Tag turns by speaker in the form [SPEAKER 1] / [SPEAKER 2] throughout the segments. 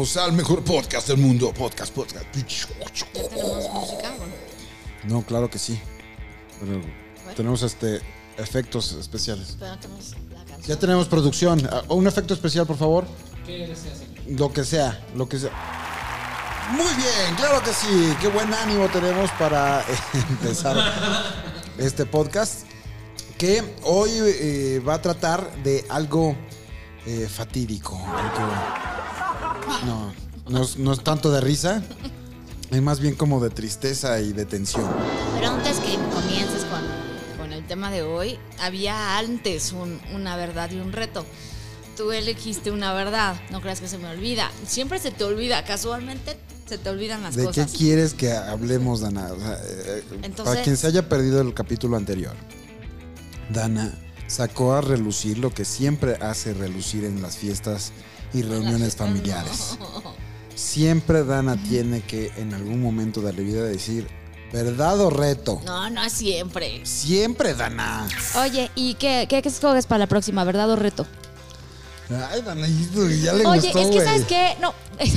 [SPEAKER 1] Bienvenidos al mejor podcast del mundo. Podcast.
[SPEAKER 2] ¿Ya tenemos música? Bueno,
[SPEAKER 1] No, claro que sí. Pero tenemos efectos especiales.
[SPEAKER 2] pero no tenemos la canción.
[SPEAKER 1] Ya tenemos producción. Un efecto especial, por favor.
[SPEAKER 3] ¿Qué deseas?
[SPEAKER 1] Lo que sea. Muy bien, claro que sí. Qué buen ánimo tenemos para empezar este podcast. Que hoy va a tratar de algo fatídico. No es tanto de risa. Es más bien como de tristeza y de tensión.
[SPEAKER 2] Pero antes que comiences con el tema de hoy, había antes una verdad y un reto. Tú elegiste una verdad, no creas que se me olvida. Siempre se te olvida, casualmente se te olvidan las
[SPEAKER 1] ¿De
[SPEAKER 2] cosas.
[SPEAKER 1] qué quieres que hablemos, Dana? O sea,
[SPEAKER 2] Entonces,
[SPEAKER 1] para quien se haya perdido el capítulo anterior, Dana sacó a relucir lo que siempre hace relucir en las fiestas y reuniones familiares. Siempre Dana tiene que en algún momento de la vida decir ¿verdad o reto?
[SPEAKER 2] No es siempre.
[SPEAKER 1] Siempre, Dana.
[SPEAKER 2] Oye, ¿y qué escoges para la próxima, verdad o reto?
[SPEAKER 1] Ay, Dana, ya le
[SPEAKER 2] Oye,
[SPEAKER 1] gustó,
[SPEAKER 2] es que
[SPEAKER 1] güey.
[SPEAKER 2] ¿sabes qué? No.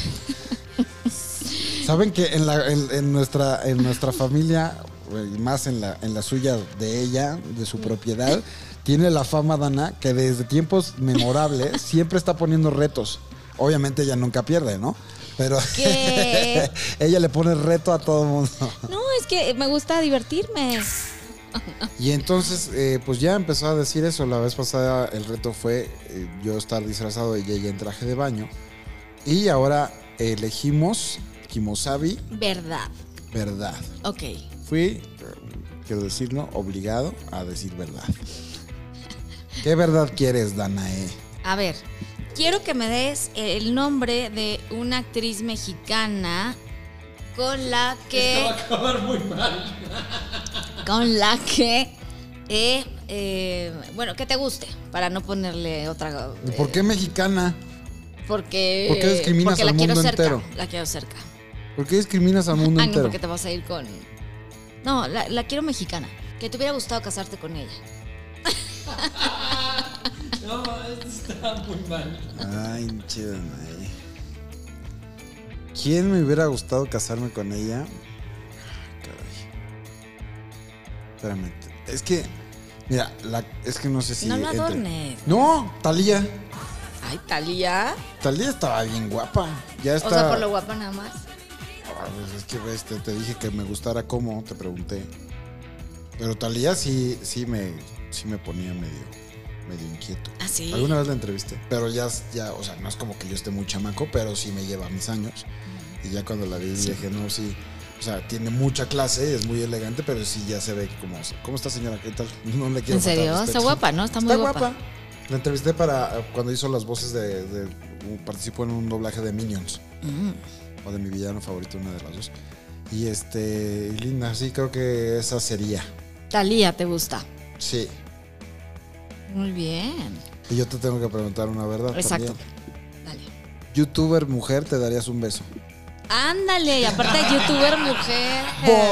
[SPEAKER 1] Saben que en nuestra familia, y más en la suya de ella, de su propiedad, tiene la fama, Dana, que desde tiempos memorables siempre está poniendo retos. Obviamente ella nunca pierde, ¿no? Pero
[SPEAKER 2] ¿Qué?
[SPEAKER 1] ella le pone reto a todo el mundo.
[SPEAKER 2] No, es que me gusta divertirme.
[SPEAKER 1] Y entonces, pues ya empezó a decir eso. La vez pasada el reto fue yo estar disfrazado y ella en traje de baño. Y ahora elegimos Kimosabi,
[SPEAKER 2] Verdad.
[SPEAKER 1] verdad.
[SPEAKER 2] Ok.
[SPEAKER 1] Fui, quiero decirlo, obligado a decir verdad. ¿Qué verdad quieres, Danae?
[SPEAKER 2] A ver, quiero que me des el nombre de una actriz mexicana con la que...
[SPEAKER 3] Esto va a acabar muy mal.
[SPEAKER 2] Con la que... bueno, que te guste, para no ponerle otra...
[SPEAKER 1] ¿Por qué mexicana?
[SPEAKER 2] Porque...
[SPEAKER 1] ¿Por qué discriminas
[SPEAKER 2] porque
[SPEAKER 1] al
[SPEAKER 2] la quiero
[SPEAKER 1] mundo
[SPEAKER 2] cerca,
[SPEAKER 1] entero?
[SPEAKER 2] La quiero cerca.
[SPEAKER 1] ¿Por qué discriminas al mundo
[SPEAKER 2] Ah, no,
[SPEAKER 1] entero?
[SPEAKER 2] porque te vas a ir con... No, la quiero mexicana. Que te hubiera gustado casarte con ella.
[SPEAKER 3] No, esto está muy mal.
[SPEAKER 1] Ay, che, Danae. ¿Quién me hubiera gustado casarme con ella? Caray. Espérame. Es que, mira, es que no sé si...
[SPEAKER 2] No lo adornes.
[SPEAKER 1] No, Talía.
[SPEAKER 2] Ay, Talía.
[SPEAKER 1] Talía estaba bien guapa. Ya está...
[SPEAKER 2] O sea, por lo guapa nada más.
[SPEAKER 1] Ah, pues es que te dije que me gustara cómo, te pregunté. Pero Talía sí me ponía medio inquieto.
[SPEAKER 2] ¿Ah, sí?
[SPEAKER 1] Alguna vez la entrevisté, pero ya, o sea, no es como que yo esté muy chamaco, pero sí me lleva mis años. Y ya cuando la vi dije, no, sí, o sea, tiene mucha clase, es muy elegante, pero sí ya se ve como, ¿cómo está, señora? ¿Qué tal? No le quiero
[SPEAKER 2] ¿En serio?
[SPEAKER 1] faltar
[SPEAKER 2] Está
[SPEAKER 1] respeto.
[SPEAKER 2] guapa, ¿no? Está muy guapa.
[SPEAKER 1] La entrevisté para cuando hizo las voces participó en un doblaje de Minions. O de mi villano favorito, una de las dos. Y linda, sí, creo que esa sería.
[SPEAKER 2] Talía, ¿te gusta?
[SPEAKER 1] Sí.
[SPEAKER 2] Muy bien.
[SPEAKER 1] Y yo te tengo que preguntar una verdad.
[SPEAKER 2] Exacto.
[SPEAKER 1] También.
[SPEAKER 2] Dale.
[SPEAKER 1] YouTuber mujer, ¿te darías un beso?
[SPEAKER 2] Ándale, y aparte de youtuber mujer.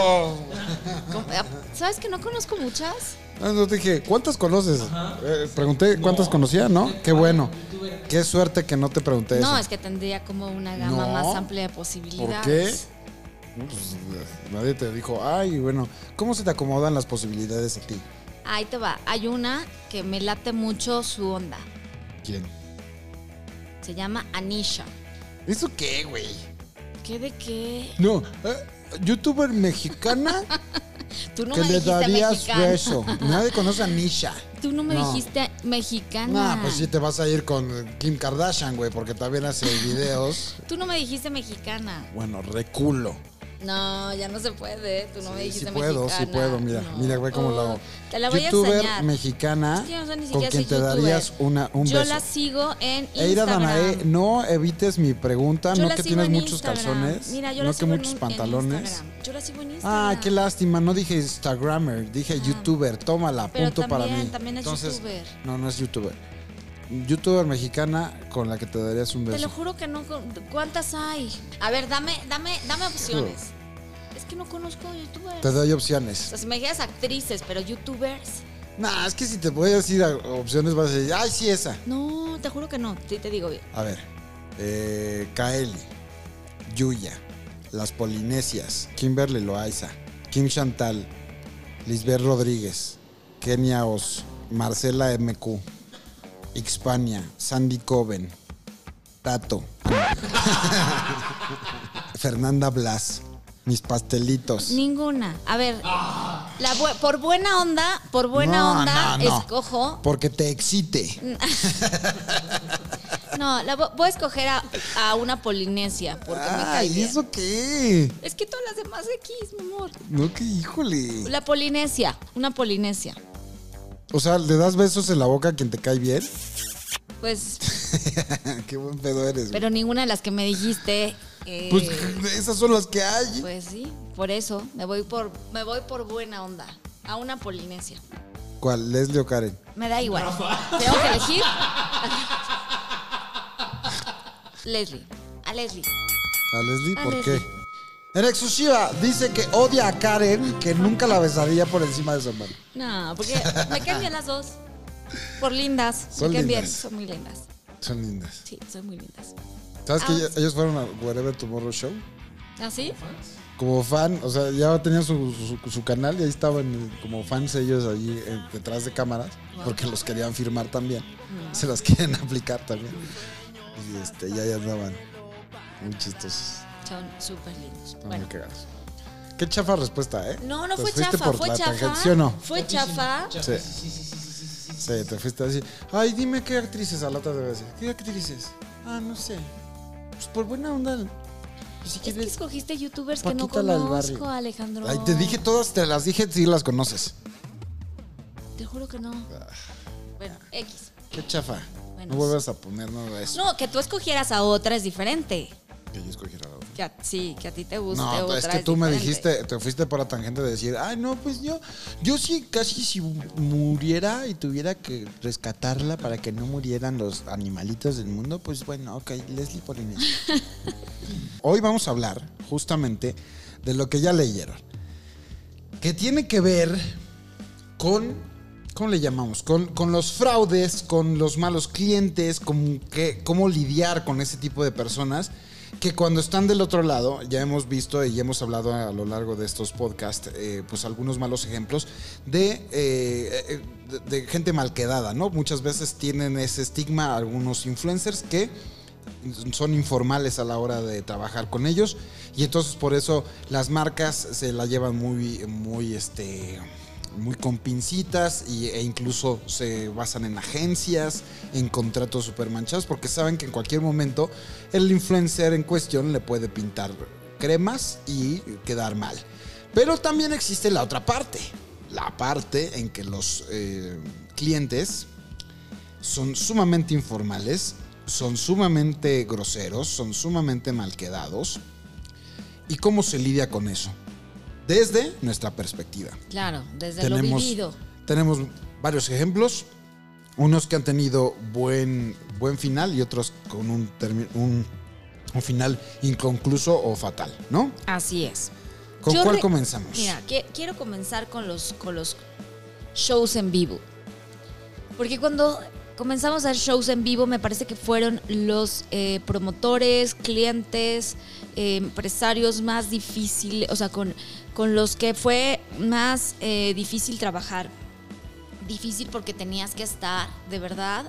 [SPEAKER 2] ¿Sabes que no conozco muchas?
[SPEAKER 1] No, te dije, ¿cuántas conoces? Pregunté cuántas conocía, ¿no? Qué bueno. Qué suerte que no te pregunté eso.
[SPEAKER 2] No, es que tendría como una gama
[SPEAKER 1] No.
[SPEAKER 2] más amplia de
[SPEAKER 1] ¿Por
[SPEAKER 2] posibilidades.
[SPEAKER 1] qué? No, pues, nadie te dijo, ay, bueno, ¿cómo se te acomodan las posibilidades a ti?
[SPEAKER 2] Ahí te va. Hay una que me late mucho su onda.
[SPEAKER 1] ¿Quién?
[SPEAKER 2] Se llama Anisha.
[SPEAKER 1] ¿Eso qué, güey?
[SPEAKER 2] ¿Qué de qué?
[SPEAKER 1] No, youtuber mexicana
[SPEAKER 2] Tú no
[SPEAKER 1] que
[SPEAKER 2] me
[SPEAKER 1] le
[SPEAKER 2] dijiste
[SPEAKER 1] darías
[SPEAKER 2] mexicana.
[SPEAKER 1] beso. Nadie conoce a Nisha.
[SPEAKER 2] Tú no me
[SPEAKER 1] No.
[SPEAKER 2] dijiste mexicana.
[SPEAKER 1] No, pues sí te vas a ir con Kim Kardashian, güey, porque también hace videos.
[SPEAKER 2] Tú no me dijiste mexicana.
[SPEAKER 1] Bueno, reculo.
[SPEAKER 2] No, ya no se puede. Tú no me dijiste
[SPEAKER 1] Sí puedo,
[SPEAKER 2] mexicana.
[SPEAKER 1] sí puedo, mira,
[SPEAKER 2] No.
[SPEAKER 1] mira, güey, cómo lo hago.
[SPEAKER 2] Te la voy
[SPEAKER 1] YouTuber
[SPEAKER 2] a enseñar.
[SPEAKER 1] mexicana
[SPEAKER 2] Es que yo no sé ni
[SPEAKER 1] con
[SPEAKER 2] siquiera
[SPEAKER 1] quien
[SPEAKER 2] soy
[SPEAKER 1] te
[SPEAKER 2] youtuber.
[SPEAKER 1] darías un
[SPEAKER 2] Yo
[SPEAKER 1] beso.
[SPEAKER 2] la sigo en
[SPEAKER 1] Eira
[SPEAKER 2] Instagram.
[SPEAKER 1] Danae, no evites mi pregunta,
[SPEAKER 2] Yo
[SPEAKER 1] no
[SPEAKER 2] la
[SPEAKER 1] que
[SPEAKER 2] sigo
[SPEAKER 1] tienes
[SPEAKER 2] en
[SPEAKER 1] muchos
[SPEAKER 2] Instagram.
[SPEAKER 1] calzones,
[SPEAKER 2] Mira, yo
[SPEAKER 1] no
[SPEAKER 2] la
[SPEAKER 1] que
[SPEAKER 2] sigo
[SPEAKER 1] muchos pantalones.
[SPEAKER 2] en Instagram. Yo la sigo en Instagram.
[SPEAKER 1] Ah, qué lástima, no dije Instagrammer, dije YouTuber, tómala,
[SPEAKER 2] Pero
[SPEAKER 1] punto para mí.
[SPEAKER 2] también es
[SPEAKER 1] Entonces,
[SPEAKER 2] YouTuber.
[SPEAKER 1] no es YouTuber. YouTuber mexicana con la que te darías un
[SPEAKER 2] Te
[SPEAKER 1] beso.
[SPEAKER 2] lo juro que no. ¿Cuántas hay? A ver, dame opciones. Es que no conozco youtubers.
[SPEAKER 1] Te doy
[SPEAKER 2] O
[SPEAKER 1] opciones.
[SPEAKER 2] sea, si me dijeras actrices, pero youtubers.
[SPEAKER 1] Nah, es que si te voy a decir opciones vas a decir, ay, sí, esa.
[SPEAKER 2] No, te juro que no. Sí, te digo bien.
[SPEAKER 1] A ver, Kaeli, Yuya, Las Polinesias, Kimberly Loaiza, Kim Chantal, Lisbeth Rodríguez, Kenia Oz, Marcela MQ, Xpania, Sandy Coven, Tato, Fernanda Blas, Mis Pastelitos.
[SPEAKER 2] Ninguna. A ver, por buena onda,
[SPEAKER 1] No.
[SPEAKER 2] escojo.
[SPEAKER 1] Porque te excite.
[SPEAKER 2] No, voy a escoger a una Polinesia porque me cae
[SPEAKER 1] ¿Y
[SPEAKER 2] bien.
[SPEAKER 1] eso qué?
[SPEAKER 2] Es que todas las demás X, mi amor.
[SPEAKER 1] No, que híjole.
[SPEAKER 2] La Polinesia, una Polinesia.
[SPEAKER 1] O sea, ¿le das besos en la boca a quien te cae bien?
[SPEAKER 2] Pues,
[SPEAKER 1] Qué buen pedo eres, güey.
[SPEAKER 2] pero ninguna de las que me dijiste.
[SPEAKER 1] Pues esas son las que hay.
[SPEAKER 2] Pues sí, por eso me voy por buena onda. A una Polinesia.
[SPEAKER 1] ¿Cuál? ¿Leslie o Karen?
[SPEAKER 2] Me da igual. Tengo que elegir. Leslie. A Leslie.
[SPEAKER 1] ¿A Leslie?
[SPEAKER 2] A
[SPEAKER 1] ¿Por
[SPEAKER 2] Leslie.
[SPEAKER 1] qué? En exclusiva, dice que odia a Karen, que nunca la besaría por encima de su hermano.
[SPEAKER 2] No, porque me caen bien las dos. Por lindas.
[SPEAKER 1] Son
[SPEAKER 2] me caen bien.
[SPEAKER 1] lindas.
[SPEAKER 2] Son muy lindas.
[SPEAKER 1] Son lindas.
[SPEAKER 2] Sí, son muy lindas.
[SPEAKER 1] ¿Sabes que
[SPEAKER 2] Ah,
[SPEAKER 1] ellos fueron a Wherever Tomorrow Show?
[SPEAKER 2] ¿Ah, sí?
[SPEAKER 1] Como fan, o sea, ya tenían su canal y ahí estaban como fans ellos allí detrás de cámaras, porque los querían firmar también. Se las quieren aplicar también. Y ya andaban muy chistosos.
[SPEAKER 2] Son súper lindos.
[SPEAKER 1] Estaban
[SPEAKER 2] Bueno.
[SPEAKER 1] muy cagados. Qué chafa respuesta, ¿eh?
[SPEAKER 2] No
[SPEAKER 1] Te
[SPEAKER 2] fue
[SPEAKER 1] fuiste
[SPEAKER 2] chafa,
[SPEAKER 1] por
[SPEAKER 2] fue
[SPEAKER 1] la
[SPEAKER 2] chafa.
[SPEAKER 1] tangente, ¿sí o no?
[SPEAKER 2] Fue chafa.
[SPEAKER 1] Sí. Sí, te fuiste así. Ay, dime qué actrices, a la otra debe decir. ¿Qué actrices? Ah, no sé. Pues por buena onda. Pues si
[SPEAKER 2] Es que
[SPEAKER 1] quieres.
[SPEAKER 2] escogiste youtubers que no
[SPEAKER 1] Paquita, la del
[SPEAKER 2] conozco,
[SPEAKER 1] barrio.
[SPEAKER 2] Alejandro.
[SPEAKER 1] Ay, te dije todas, te las dije si las conoces.
[SPEAKER 2] Te juro que no. Bueno, X.
[SPEAKER 1] Qué chafa.
[SPEAKER 2] Bueno,
[SPEAKER 1] No vuelvas a poner nada de eso.
[SPEAKER 2] No, que tú escogieras a otra es diferente.
[SPEAKER 1] Que yo escogiera la otra.
[SPEAKER 2] Sí, que a ti te guste
[SPEAKER 1] No,
[SPEAKER 2] otra
[SPEAKER 1] es que tú me
[SPEAKER 2] diferente.
[SPEAKER 1] dijiste, te fuiste por la tangente de decir, ay, no, pues yo sí, casi si muriera y tuviera que rescatarla para que no murieran los animalitos del mundo, pues bueno, ok, Leslie Polinesia. Hoy vamos a hablar justamente de lo que ya leyeron, que tiene que ver con, ¿cómo le llamamos? Con los fraudes, con los malos clientes, cómo lidiar con ese tipo de personas que cuando están del otro lado, ya hemos visto y hemos hablado a lo largo de estos podcasts, pues algunos malos ejemplos de gente mal quedada, ¿no? Muchas veces tienen ese estigma algunos influencers que son informales a la hora de trabajar con ellos y entonces por eso las marcas se la llevan muy con pincitas e incluso se basan en agencias, en contratos super manchados, porque saben que en cualquier momento el influencer en cuestión le puede pintar cremas y quedar mal. Pero también existe la otra parte, la parte en que los clientes son sumamente informales, son sumamente groseros, son sumamente malquedados. ¿Y cómo se lidia con eso? Desde nuestra perspectiva.
[SPEAKER 2] Claro, desde lo vivido.
[SPEAKER 1] Tenemos varios ejemplos, unos que han tenido buen final y otros con un final inconcluso o fatal, ¿no?
[SPEAKER 2] Así es.
[SPEAKER 1] ¿Con cuál comenzamos?
[SPEAKER 2] Mira, quiero comenzar con los shows en vivo. Porque cuando comenzamos a hacer shows en vivo, me parece que fueron los promotores, clientes, empresarios más difíciles, o sea, con los que fue más difícil trabajar. Difícil porque tenías que estar, de verdad,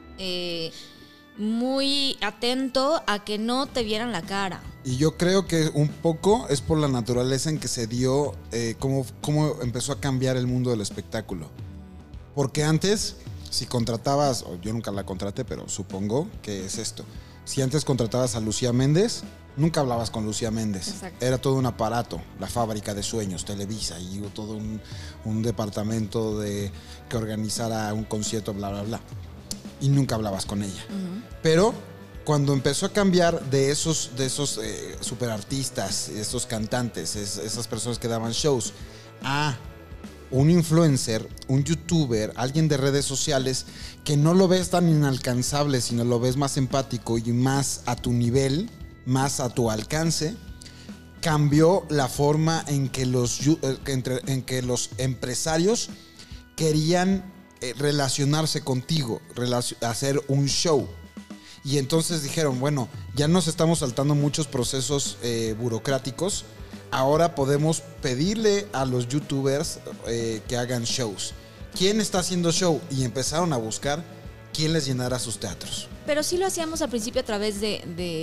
[SPEAKER 2] muy atento a que no te vieran la cara.
[SPEAKER 1] Y yo creo que un poco es por la naturaleza en que se dio, cómo empezó a cambiar el mundo del espectáculo. Porque antes, si contratabas, o yo nunca la contraté, pero supongo que es esto. Si antes contratabas a Lucía Méndez, nunca hablabas con Lucía Méndez.
[SPEAKER 2] Exacto.
[SPEAKER 1] Era todo un aparato, la fábrica de sueños, Televisa, y todo un departamento que organizara un concierto, bla, bla, bla. Y nunca hablabas con ella. Uh-huh. Pero cuando empezó a cambiar de esos superartistas, esos cantantes, esas personas que daban shows, a un influencer, un youtuber, alguien de redes sociales, que no lo ves tan inalcanzable, sino lo ves más empático y más a tu nivel, más a tu alcance, cambió la forma en que los empresarios querían relacionarse contigo, hacer un show. Y entonces dijeron, bueno, ya nos estamos saltando muchos procesos burocráticos. Ahora podemos pedirle a los youtubers que hagan shows. ¿Quién está haciendo show? Y empezaron a buscar quién les llenara sus teatros.
[SPEAKER 2] Pero sí lo hacíamos al principio a través de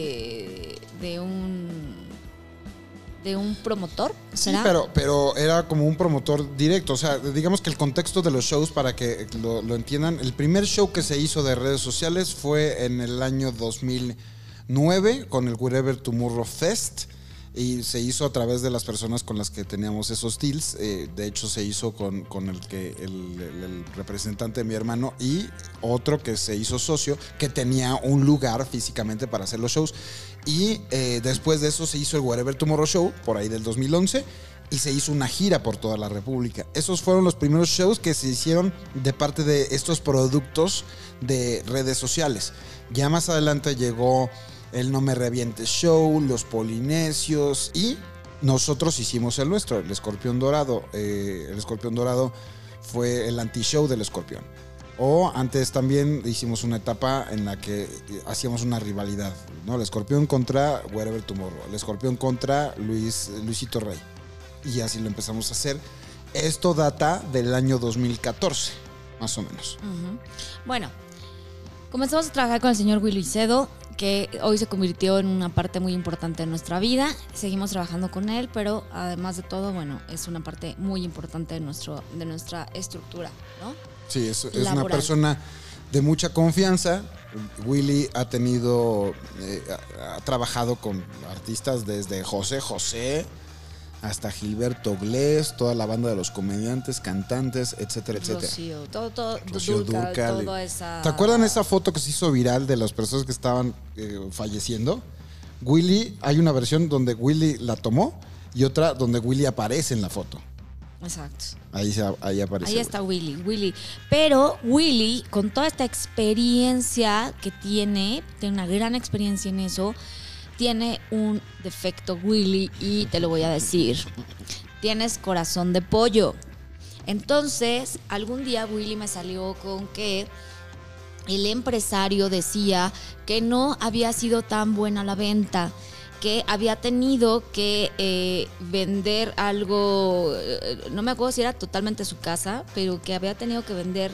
[SPEAKER 2] un promotor, ¿será?
[SPEAKER 1] Sí, pero era como un promotor directo. O sea, digamos que el contexto de los shows, para que lo entiendan, el primer show que se hizo de redes sociales fue en el año 2009 con el Wherever Tomorrow Fest. Y se hizo a través de las personas con las que teníamos esos deals. De hecho, se hizo con el representante de mi hermano y otro que se hizo socio, que tenía un lugar físicamente para hacer los shows. Y después de eso se hizo el Wherever Tomorrow Show, por ahí del 2011, y se hizo una gira por toda la República. Esos fueron los primeros shows que se hicieron de parte de estos productos de redes sociales. Ya más adelante llegó el No Me Revientes Show, Los Polinesios, y nosotros hicimos el nuestro, el Escorpión Dorado. El Escorpión Dorado fue el anti-show del Escorpión. O antes también hicimos una etapa en la que hacíamos una rivalidad, ¿no? El Escorpión contra Wherever Tomorrow, el Escorpión contra Luisito Rey. Y así lo empezamos a hacer. Esto data del año 2014, más o menos.
[SPEAKER 2] Uh-huh. Bueno, comenzamos a trabajar con el señor Willy Cedo, que hoy se convirtió en una parte muy importante de nuestra vida. Seguimos trabajando con él, pero además de todo, bueno, es una parte muy importante de nuestra estructura, ¿no?
[SPEAKER 1] Sí, es una persona de mucha confianza. Willy ha trabajado con artistas desde José José hasta Gilberto Glés, toda la banda de los comediantes, cantantes, etcétera, etcétera.
[SPEAKER 2] Rocío, todo
[SPEAKER 1] Rocío
[SPEAKER 2] Dúrcal, toda
[SPEAKER 1] esa... ¿Te acuerdan esa foto que se hizo viral de las personas que estaban falleciendo? Willy, hay una versión donde Willy la tomó y otra donde Willy aparece en la foto.
[SPEAKER 2] Exacto.
[SPEAKER 1] Ahí aparece.
[SPEAKER 2] Ahí está Willy. Pero Willy, con toda esta experiencia que tiene una gran experiencia en eso, tiene un defecto, Willy, y te lo voy a decir. Tienes corazón de pollo. Entonces, algún día Willy me salió con que el empresario decía que no había sido tan buena la venta, que había tenido que vender algo, no me acuerdo si era totalmente su casa, pero que había tenido que vender,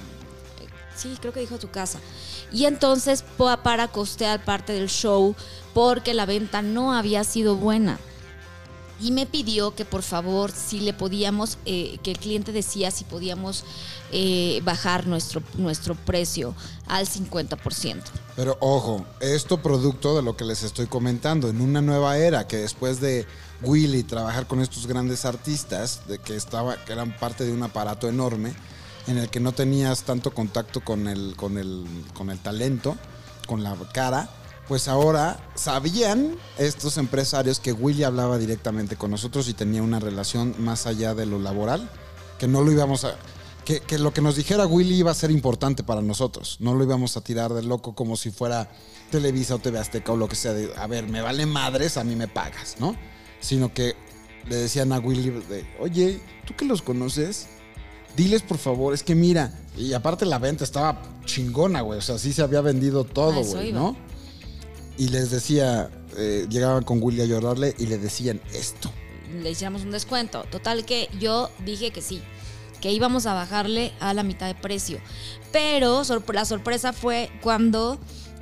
[SPEAKER 2] sí, creo que dijo su casa. Y entonces para costear parte del show, porque la venta no había sido buena. Y me pidió que por favor, si le podíamos, que el cliente decía si podíamos bajar nuestro precio al 50%.
[SPEAKER 1] Pero ojo, esto producto de lo que les estoy comentando, en una nueva era, que después de Willy trabajar con estos grandes artistas, que eran parte de un aparato enorme, en el que no tenías tanto contacto con el talento, con la cara, pues ahora sabían estos empresarios que Willy hablaba directamente con nosotros y tenía una relación más allá de lo laboral, que no lo íbamos a... Que lo que nos dijera Willy iba a ser importante para nosotros. No lo íbamos a tirar de loco como si fuera Televisa o TV Azteca o lo que sea. A ver, me vale madres, a mí me pagas, ¿no? Sino que le decían a Willy, oye, ¿tú que los conoces? Diles, por favor, es que mira. Y aparte la venta estaba chingona, güey. O sea, sí se había vendido todo, güey, ¿no? Y les decía, llegaban con Willy a llorarle y le decían esto.
[SPEAKER 2] Le hiciéramos un descuento. Total que yo dije que sí, que íbamos a bajarle a la mitad de precio. Pero la sorpresa fue cuando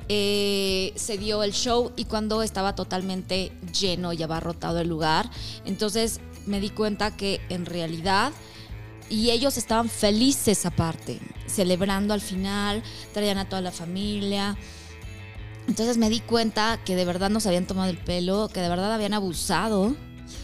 [SPEAKER 2] se dio el show y cuando estaba totalmente lleno y abarrotado el lugar. Entonces me di cuenta que en realidad, y ellos estaban felices aparte, celebrando al final, traían a toda la familia. Entonces me di cuenta que de verdad nos habían tomado el pelo, que de verdad habían abusado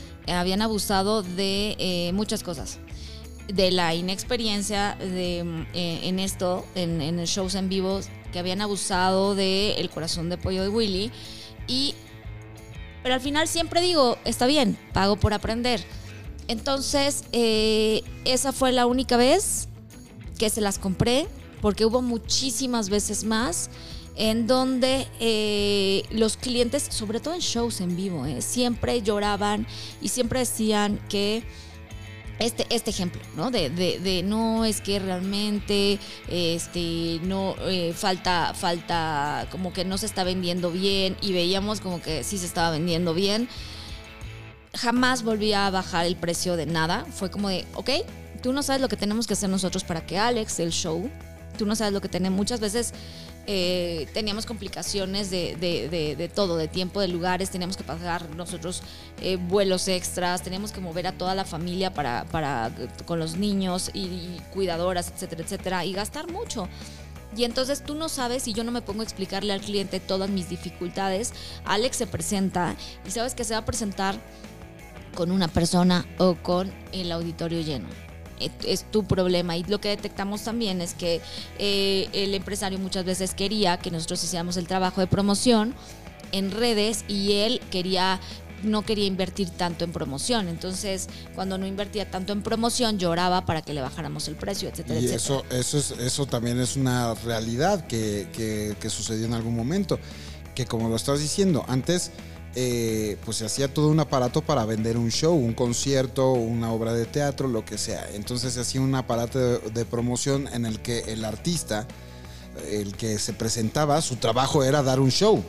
[SPEAKER 2] de muchas cosas. De la inexperiencia en esto, en el shows en vivo, que habían abusado del corazón de pollo de Willy. Pero al final siempre digo, está bien, pago por aprender. Entonces, esa fue la única vez que se las compré, porque hubo muchísimas veces más en donde los clientes, sobre todo en shows en vivo, siempre lloraban y siempre decían que este ejemplo, ¿no? De no es que realmente no falta como que no se está vendiendo bien, y veíamos como que sí se estaba vendiendo bien. Jamás volví a bajar el precio de nada. Fue como de, ok, tú no sabes lo que tenemos que hacer nosotros para que Alex dé el show. Tú no sabes lo que tenemos. Muchas veces teníamos complicaciones de todo, de tiempo, de lugares. Teníamos que pagar nosotros vuelos extras. Teníamos que mover a toda la familia para con los niños y cuidadoras, etcétera, etcétera. Y gastar mucho. Y entonces tú no sabes, y yo no me pongo a explicarle al cliente todas mis dificultades. Alex se presenta y sabes que se va a presentar con una persona o con el auditorio lleno. Es tu problema. Y lo que detectamos también es que el empresario muchas veces quería que nosotros hiciéramos el trabajo de promoción en redes, y él no quería invertir tanto en promoción. Entonces, cuando no invertía tanto en promoción, lloraba para que le bajáramos el precio, etcétera,
[SPEAKER 1] Y
[SPEAKER 2] etcétera.
[SPEAKER 1] eso también es una realidad que sucedió en algún momento. Que como lo estás diciendo, antes pues se hacía todo un aparato para vender un show, un concierto, una obra de teatro, lo que sea. Entonces se hacía un aparato de promoción en el que el artista, el que se presentaba, su trabajo era dar un show,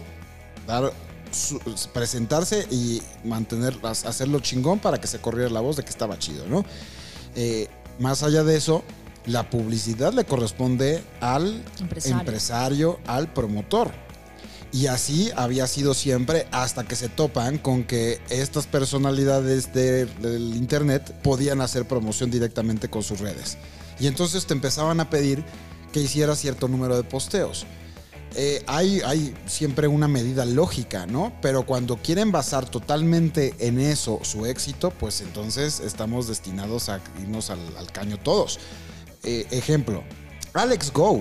[SPEAKER 1] presentarse y hacerlo chingón para que se corriera la voz de que estaba chido, ¿no? Más allá de eso, la publicidad le corresponde al empresario, al promotor. Y así había sido siempre, hasta que se topan con que estas personalidades del internet podían hacer promoción directamente con sus redes. Y entonces te empezaban a pedir que hicieras cierto número de posteos. Hay siempre una medida lógica, ¿no? Pero cuando quieren basar totalmente en eso su éxito, pues entonces estamos destinados a irnos al caño todos. Ejemplo, Alex Go,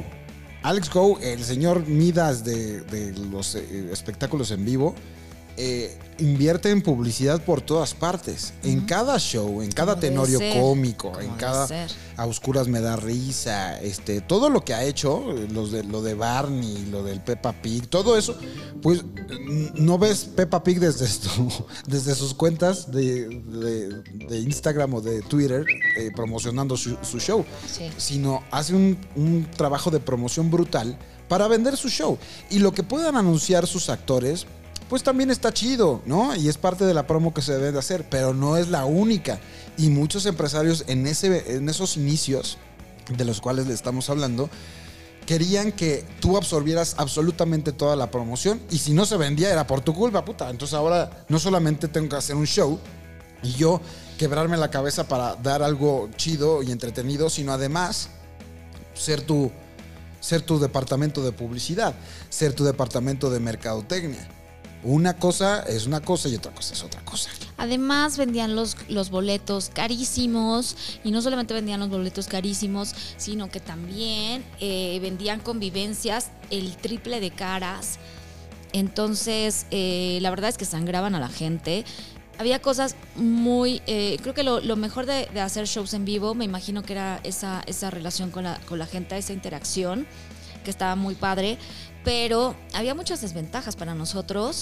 [SPEAKER 1] el señor Midas de los espectáculos en vivo, invierte en publicidad por todas partes, en cada show, en cada tenorio cómico, en cada A Oscuras me da risa, todo lo que ha hecho, lo de Barney, lo del Peppa Pig, todo eso, pues no ves Peppa Pig desde sus cuentas de Instagram o de Twitter promocionando su show,
[SPEAKER 2] sí,
[SPEAKER 1] sino hace un trabajo de promoción brutal para vender su show. Y lo que puedan anunciar sus actores, pues también está chido, ¿no? Y es parte de la promo que se debe de hacer, pero no es la única. Y muchos empresarios en esos inicios de los cuales le estamos hablando, querían que tú absorbieras absolutamente toda la promoción, y si no se vendía era por tu culpa, puta. Entonces ahora no solamente tengo que hacer un show y yo quebrarme la cabeza para dar algo chido y entretenido, sino además ser tu departamento de publicidad, ser tu departamento de mercadotecnia. Una cosa es una cosa y otra cosa es otra cosa.
[SPEAKER 2] Además vendían los boletos carísimos, y no solamente vendían los boletos carísimos, sino que también vendían convivencias el triple de caras. Entonces la verdad es que sangraban a la gente. Había cosas muy... creo que lo mejor de hacer shows en vivo, me imagino que era esa relación con la gente, esa interacción, que estaba muy padre. Pero había muchas desventajas para nosotros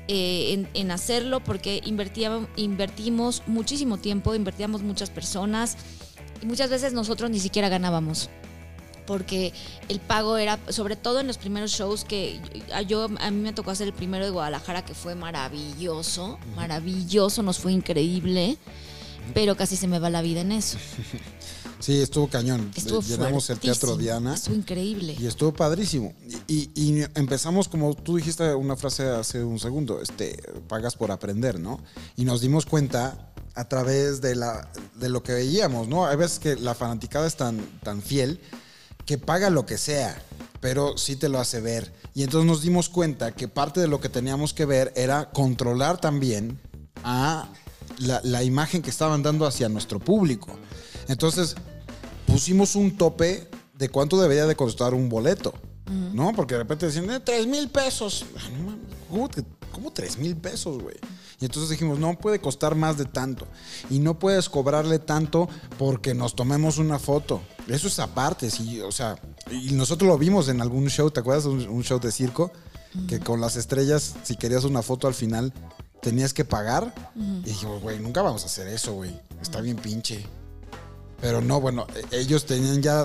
[SPEAKER 2] en hacerlo, porque invertimos muchísimo tiempo, invertíamos muchas personas, y muchas veces nosotros ni siquiera ganábamos, porque el pago era, sobre todo en los primeros shows, que a mí me tocó hacer el primero de Guadalajara, que fue maravilloso, nos fue increíble, pero casi se me va la vida en eso.
[SPEAKER 1] Sí, estuvo cañón.
[SPEAKER 2] Estuvo
[SPEAKER 1] llenamos el Teatro Diana.
[SPEAKER 2] Estuvo increíble.
[SPEAKER 1] Y estuvo padrísimo. Y empezamos, como tú dijiste una frase hace un segundo, pagas por aprender, ¿no? Y nos dimos cuenta a través de lo que veíamos, ¿no? Hay veces que la fanaticada es tan fiel que paga lo que sea, pero sí te lo hace ver. Y entonces nos dimos cuenta que parte de lo que teníamos que ver era controlar también a la imagen que estaban dando hacia nuestro público. Entonces pusimos un tope de cuánto debería de costar un boleto, ¿no? Porque de repente decían, 3,000 pesos. ¿Cómo 3,000 pesos, güey? Y entonces dijimos, no puede costar más de tanto. Y no puedes cobrarle tanto porque nos tomemos una foto. Eso es aparte, sí, o sea, y nosotros lo vimos en algún show, ¿te acuerdas? Un show de circo, que con las estrellas, si querías una foto al final, tenías que pagar. Y dijimos, güey, nunca vamos a hacer eso, güey. Está bien pinche. Pero no, bueno, ellos tenían ya,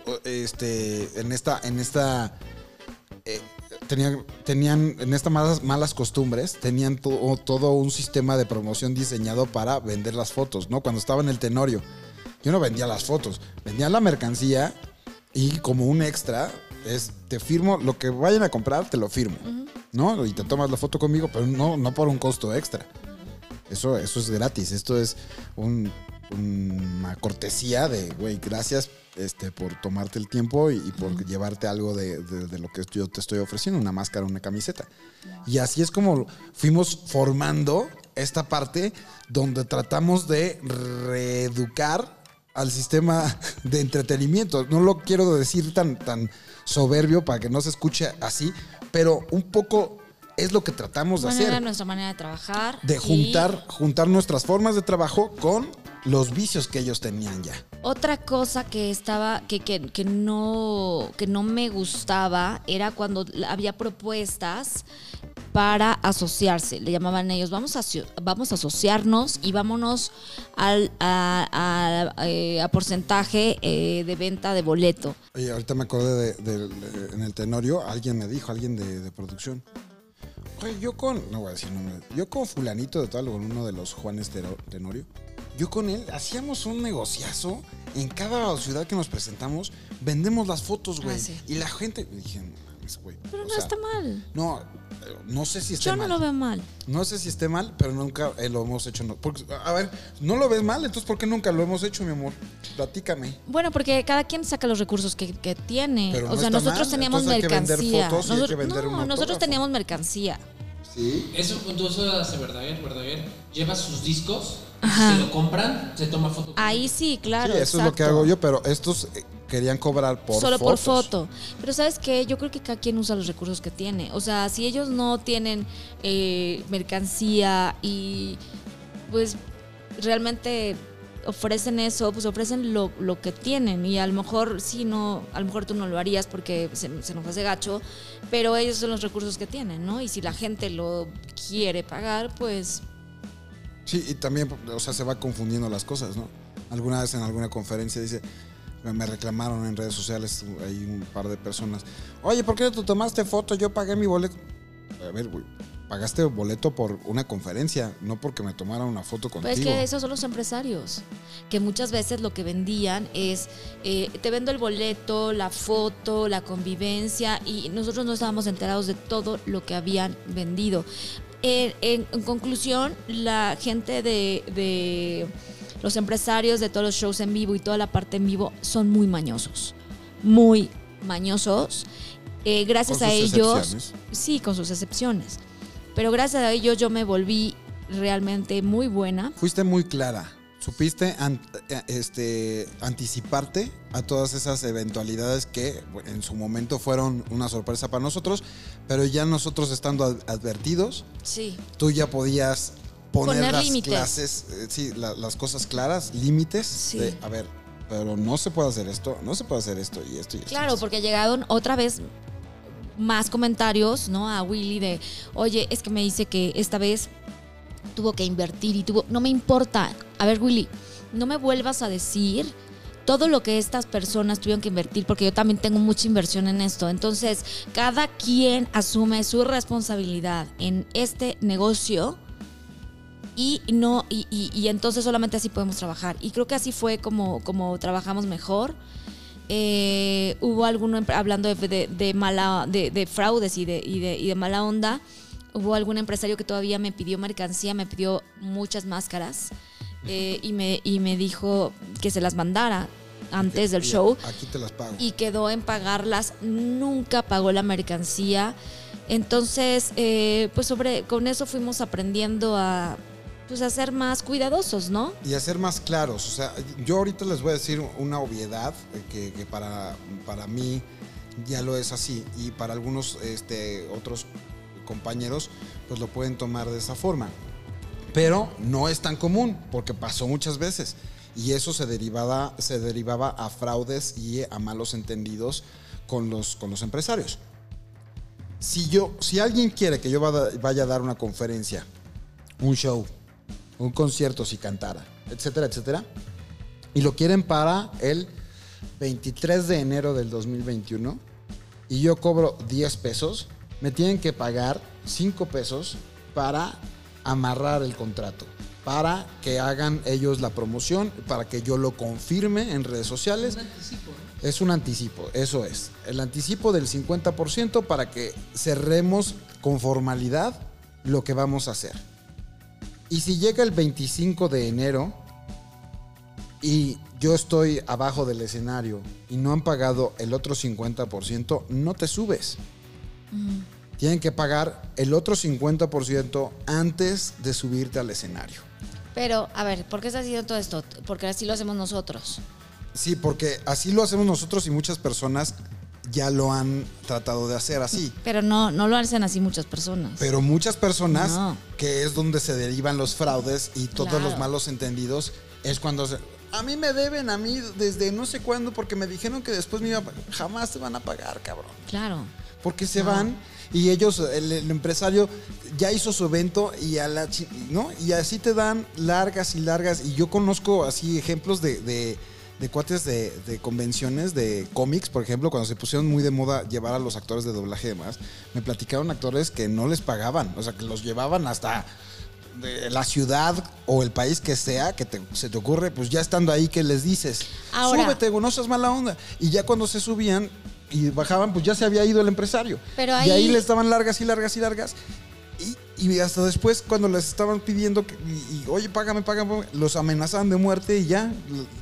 [SPEAKER 1] tenían en estas malas costumbres, tenían todo un sistema de promoción diseñado para vender las fotos, ¿no? Cuando estaba en el Tenorio, yo no vendía las fotos, vendía la mercancía y como un extra, te firmo, lo que vayan a comprar, te lo firmo, ¿no? Y te tomas la foto conmigo, pero no por un costo extra. Eso es gratis, esto es una cortesía de, güey, gracias por tomarte el tiempo y por llevarte algo de lo que yo te estoy ofreciendo, una máscara, una camiseta. Y así es como fuimos formando esta parte donde tratamos de reeducar al sistema de entretenimiento. No lo quiero decir tan soberbio para que no se escuche así, pero un poco es lo que tratamos de hacer.
[SPEAKER 2] Era nuestra manera de trabajar.
[SPEAKER 1] De juntar nuestras formas de trabajo con los vicios que ellos tenían ya.
[SPEAKER 2] Otra cosa que estaba, que no me gustaba era cuando había propuestas para asociarse. Le llamaban ellos, vamos a asociarnos y vámonos a porcentaje de venta de boleto.
[SPEAKER 1] Oye, ahorita me acordé en el Tenorio, alguien de producción. Oye, no voy a decir nombre, yo con fulanito de tal, con uno de los Juanes Tenorio, yo con él hacíamos un negociazo en cada ciudad que nos presentamos, vendemos las fotos, güey. Sí. Y la gente, dije, no mames, güey.
[SPEAKER 2] Pero no está mal.
[SPEAKER 1] No sé si esté mal.
[SPEAKER 2] Yo no lo veo mal.
[SPEAKER 1] No sé si esté mal, pero nunca lo hemos hecho. Porque, a ver, ¿no lo ves mal? Entonces, ¿por qué nunca lo hemos hecho, mi amor? Platícame.
[SPEAKER 2] Bueno, porque cada quien saca los recursos que tiene.
[SPEAKER 1] Pero
[SPEAKER 2] o sea, nosotros teníamos mercancía. Nosotros teníamos mercancía.
[SPEAKER 3] ¿Sí? Eso hace Verdaguer. Lleva sus discos, se lo compran, se toma foto.
[SPEAKER 2] Ahí sí, claro.
[SPEAKER 1] Sí, eso es lo que hago yo, pero estos querían cobrar por
[SPEAKER 2] solo
[SPEAKER 1] fotos.
[SPEAKER 2] Por foto. Pero ¿sabes qué? Yo creo que cada quien usa los recursos que tiene. O sea, si ellos no tienen mercancía y pues realmente ofrecen eso, pues ofrecen lo que tienen. Y a lo mejor a lo mejor tú no lo harías porque se nos hace gacho, pero ellos son los recursos que tienen, ¿no? Y si la gente lo quiere pagar, pues...
[SPEAKER 1] Sí, y también, o sea, se va confundiendo las cosas, ¿no? Alguna vez en alguna conferencia me reclamaron en redes sociales, hay un par de personas, oye, ¿por qué no te tomaste foto? Yo pagué mi boleto. A ver, güey, pagaste boleto por una conferencia, no porque me tomara una foto contigo.
[SPEAKER 2] Pues es que esos son los empresarios, que muchas veces lo que vendían es, te vendo el boleto, la foto, la convivencia, y nosotros no estábamos enterados de todo lo que habían vendido. En conclusión, la gente de los empresarios de todos los shows en vivo y toda la parte en vivo son muy mañosos. Gracias a ellos, sí, con sus excepciones, pero gracias a ellos yo me volví realmente muy buena.
[SPEAKER 1] Fuiste muy clara, supiste anticiparte a todas esas eventualidades que en su momento fueron una sorpresa para nosotros, pero ya nosotros estando advertidos,
[SPEAKER 2] sí,
[SPEAKER 1] tú ya podías poner las
[SPEAKER 2] límites.
[SPEAKER 1] Clases, las cosas claras, límites,
[SPEAKER 2] sí.
[SPEAKER 1] A ver, pero no se puede hacer esto, no se puede hacer esto y esto y esto.
[SPEAKER 2] Claro, porque llegaron otra vez más comentarios, ¿no? A Willy de, oye, es que me dice que esta vez tuvo que invertir no me importa. A ver, Willy, no me vuelvas a decir todo lo que estas personas tuvieron que invertir, porque yo también tengo mucha inversión en esto. Entonces, cada quien asume su responsabilidad en este negocio y entonces solamente así podemos trabajar. Y creo que así fue como trabajamos mejor. Hubo alguno hablando de fraudes y de mala onda. Hubo algún empresario que todavía me pidió mercancía, me pidió muchas máscaras y me dijo que se las mandara antes del show.
[SPEAKER 1] Aquí te las pago.
[SPEAKER 2] Y quedó en pagarlas, nunca pagó la mercancía. Entonces, pues con eso fuimos aprendiendo a ser más cuidadosos, ¿no?
[SPEAKER 1] Y a ser más claros. O sea, yo ahorita les voy a decir una obviedad que para mí ya lo es así. Y para algunos otros compañeros, pues lo pueden tomar de esa forma. Pero no es tan común, porque pasó muchas veces. Y eso se derivaba a fraudes y a malos entendidos con los empresarios. Si alguien quiere que yo vaya a dar una conferencia, un show, un concierto, si cantara, etcétera, etcétera, y lo quieren para el 23 de enero del 2021 y yo cobro 10 pesos, me tienen que pagar 5 pesos para amarrar el contrato, para que hagan ellos la promoción, para que yo lo confirme en redes sociales.
[SPEAKER 3] Un anticipo, ¿no?
[SPEAKER 1] Es un anticipo, eso es. El anticipo del 50% para que cerremos con formalidad lo que vamos a hacer. Y si llega el 25 de enero y yo estoy abajo del escenario y no han pagado el otro 50%, no te subes. Tienen que pagar el otro 50% antes de subirte al escenario.
[SPEAKER 2] Pero, a ver, ¿por qué estás haciendo todo esto? Porque así lo hacemos nosotros.
[SPEAKER 1] Sí, porque así lo hacemos nosotros y muchas personas ya lo han tratado de hacer así.
[SPEAKER 2] Pero no lo hacen así muchas personas.
[SPEAKER 1] Pero muchas personas,
[SPEAKER 2] No.
[SPEAKER 1] que es donde se derivan los fraudes y todos
[SPEAKER 2] Claro.
[SPEAKER 1] los malos entendidos, es cuando a mí me deben, a mí desde no sé cuándo, porque me dijeron que después me iba a pagar. Jamás te van a pagar, cabrón.
[SPEAKER 2] Claro.
[SPEAKER 1] Porque se van y ellos, el empresario ya hizo su evento y ¿no? Y así te dan largas y largas. Y yo conozco así ejemplos de cuates de convenciones, de cómics, por ejemplo, cuando se pusieron muy de moda llevar a los actores de doblaje y demás, me platicaron actores que no les pagaban, o sea, que los llevaban hasta de la ciudad o el país que sea, que se te ocurre, pues ya estando ahí, que les dices,
[SPEAKER 2] Ahora,
[SPEAKER 1] súbete, güey, no seas mala onda. Y ya cuando se subían y bajaban, pues ya se había ido el empresario.
[SPEAKER 2] Pero
[SPEAKER 1] Y ahí
[SPEAKER 2] ahí
[SPEAKER 1] les daban largas y largas y largas. Y hasta después, cuando les estaban pidiendo, oye, págame, los amenazaban de muerte y ya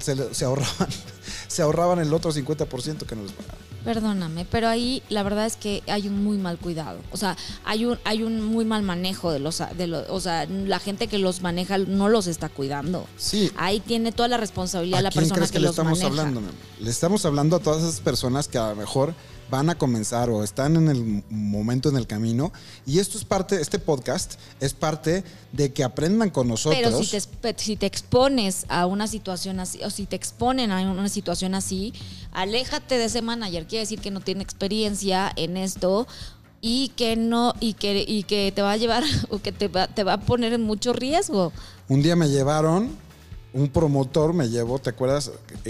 [SPEAKER 1] se ahorraban el otro 50% que no les pagaban.
[SPEAKER 2] Perdóname, pero ahí la verdad es que hay un muy mal cuidado. O sea, hay un muy mal manejo o sea, la gente que los maneja no los está cuidando.
[SPEAKER 1] Sí.
[SPEAKER 2] Ahí tiene toda la responsabilidad
[SPEAKER 1] ¿A
[SPEAKER 2] la
[SPEAKER 1] quién
[SPEAKER 2] persona
[SPEAKER 1] crees
[SPEAKER 2] que
[SPEAKER 1] le
[SPEAKER 2] los
[SPEAKER 1] estamos
[SPEAKER 2] maneja.
[SPEAKER 1] hablando, mi amor? Le estamos hablando a todas esas personas que a lo mejor van a comenzar o están en el momento en el camino, y esto es parte, este podcast es parte de que aprendan con nosotros.
[SPEAKER 2] Pero si te expones a una situación así, o si te exponen a una situación así, aléjate de ese manager. Quiere decir que no tiene experiencia en esto y que te va a llevar o que te va a poner en mucho riesgo.
[SPEAKER 1] Un día me llevaron, un promotor me llevó, ¿te acuerdas?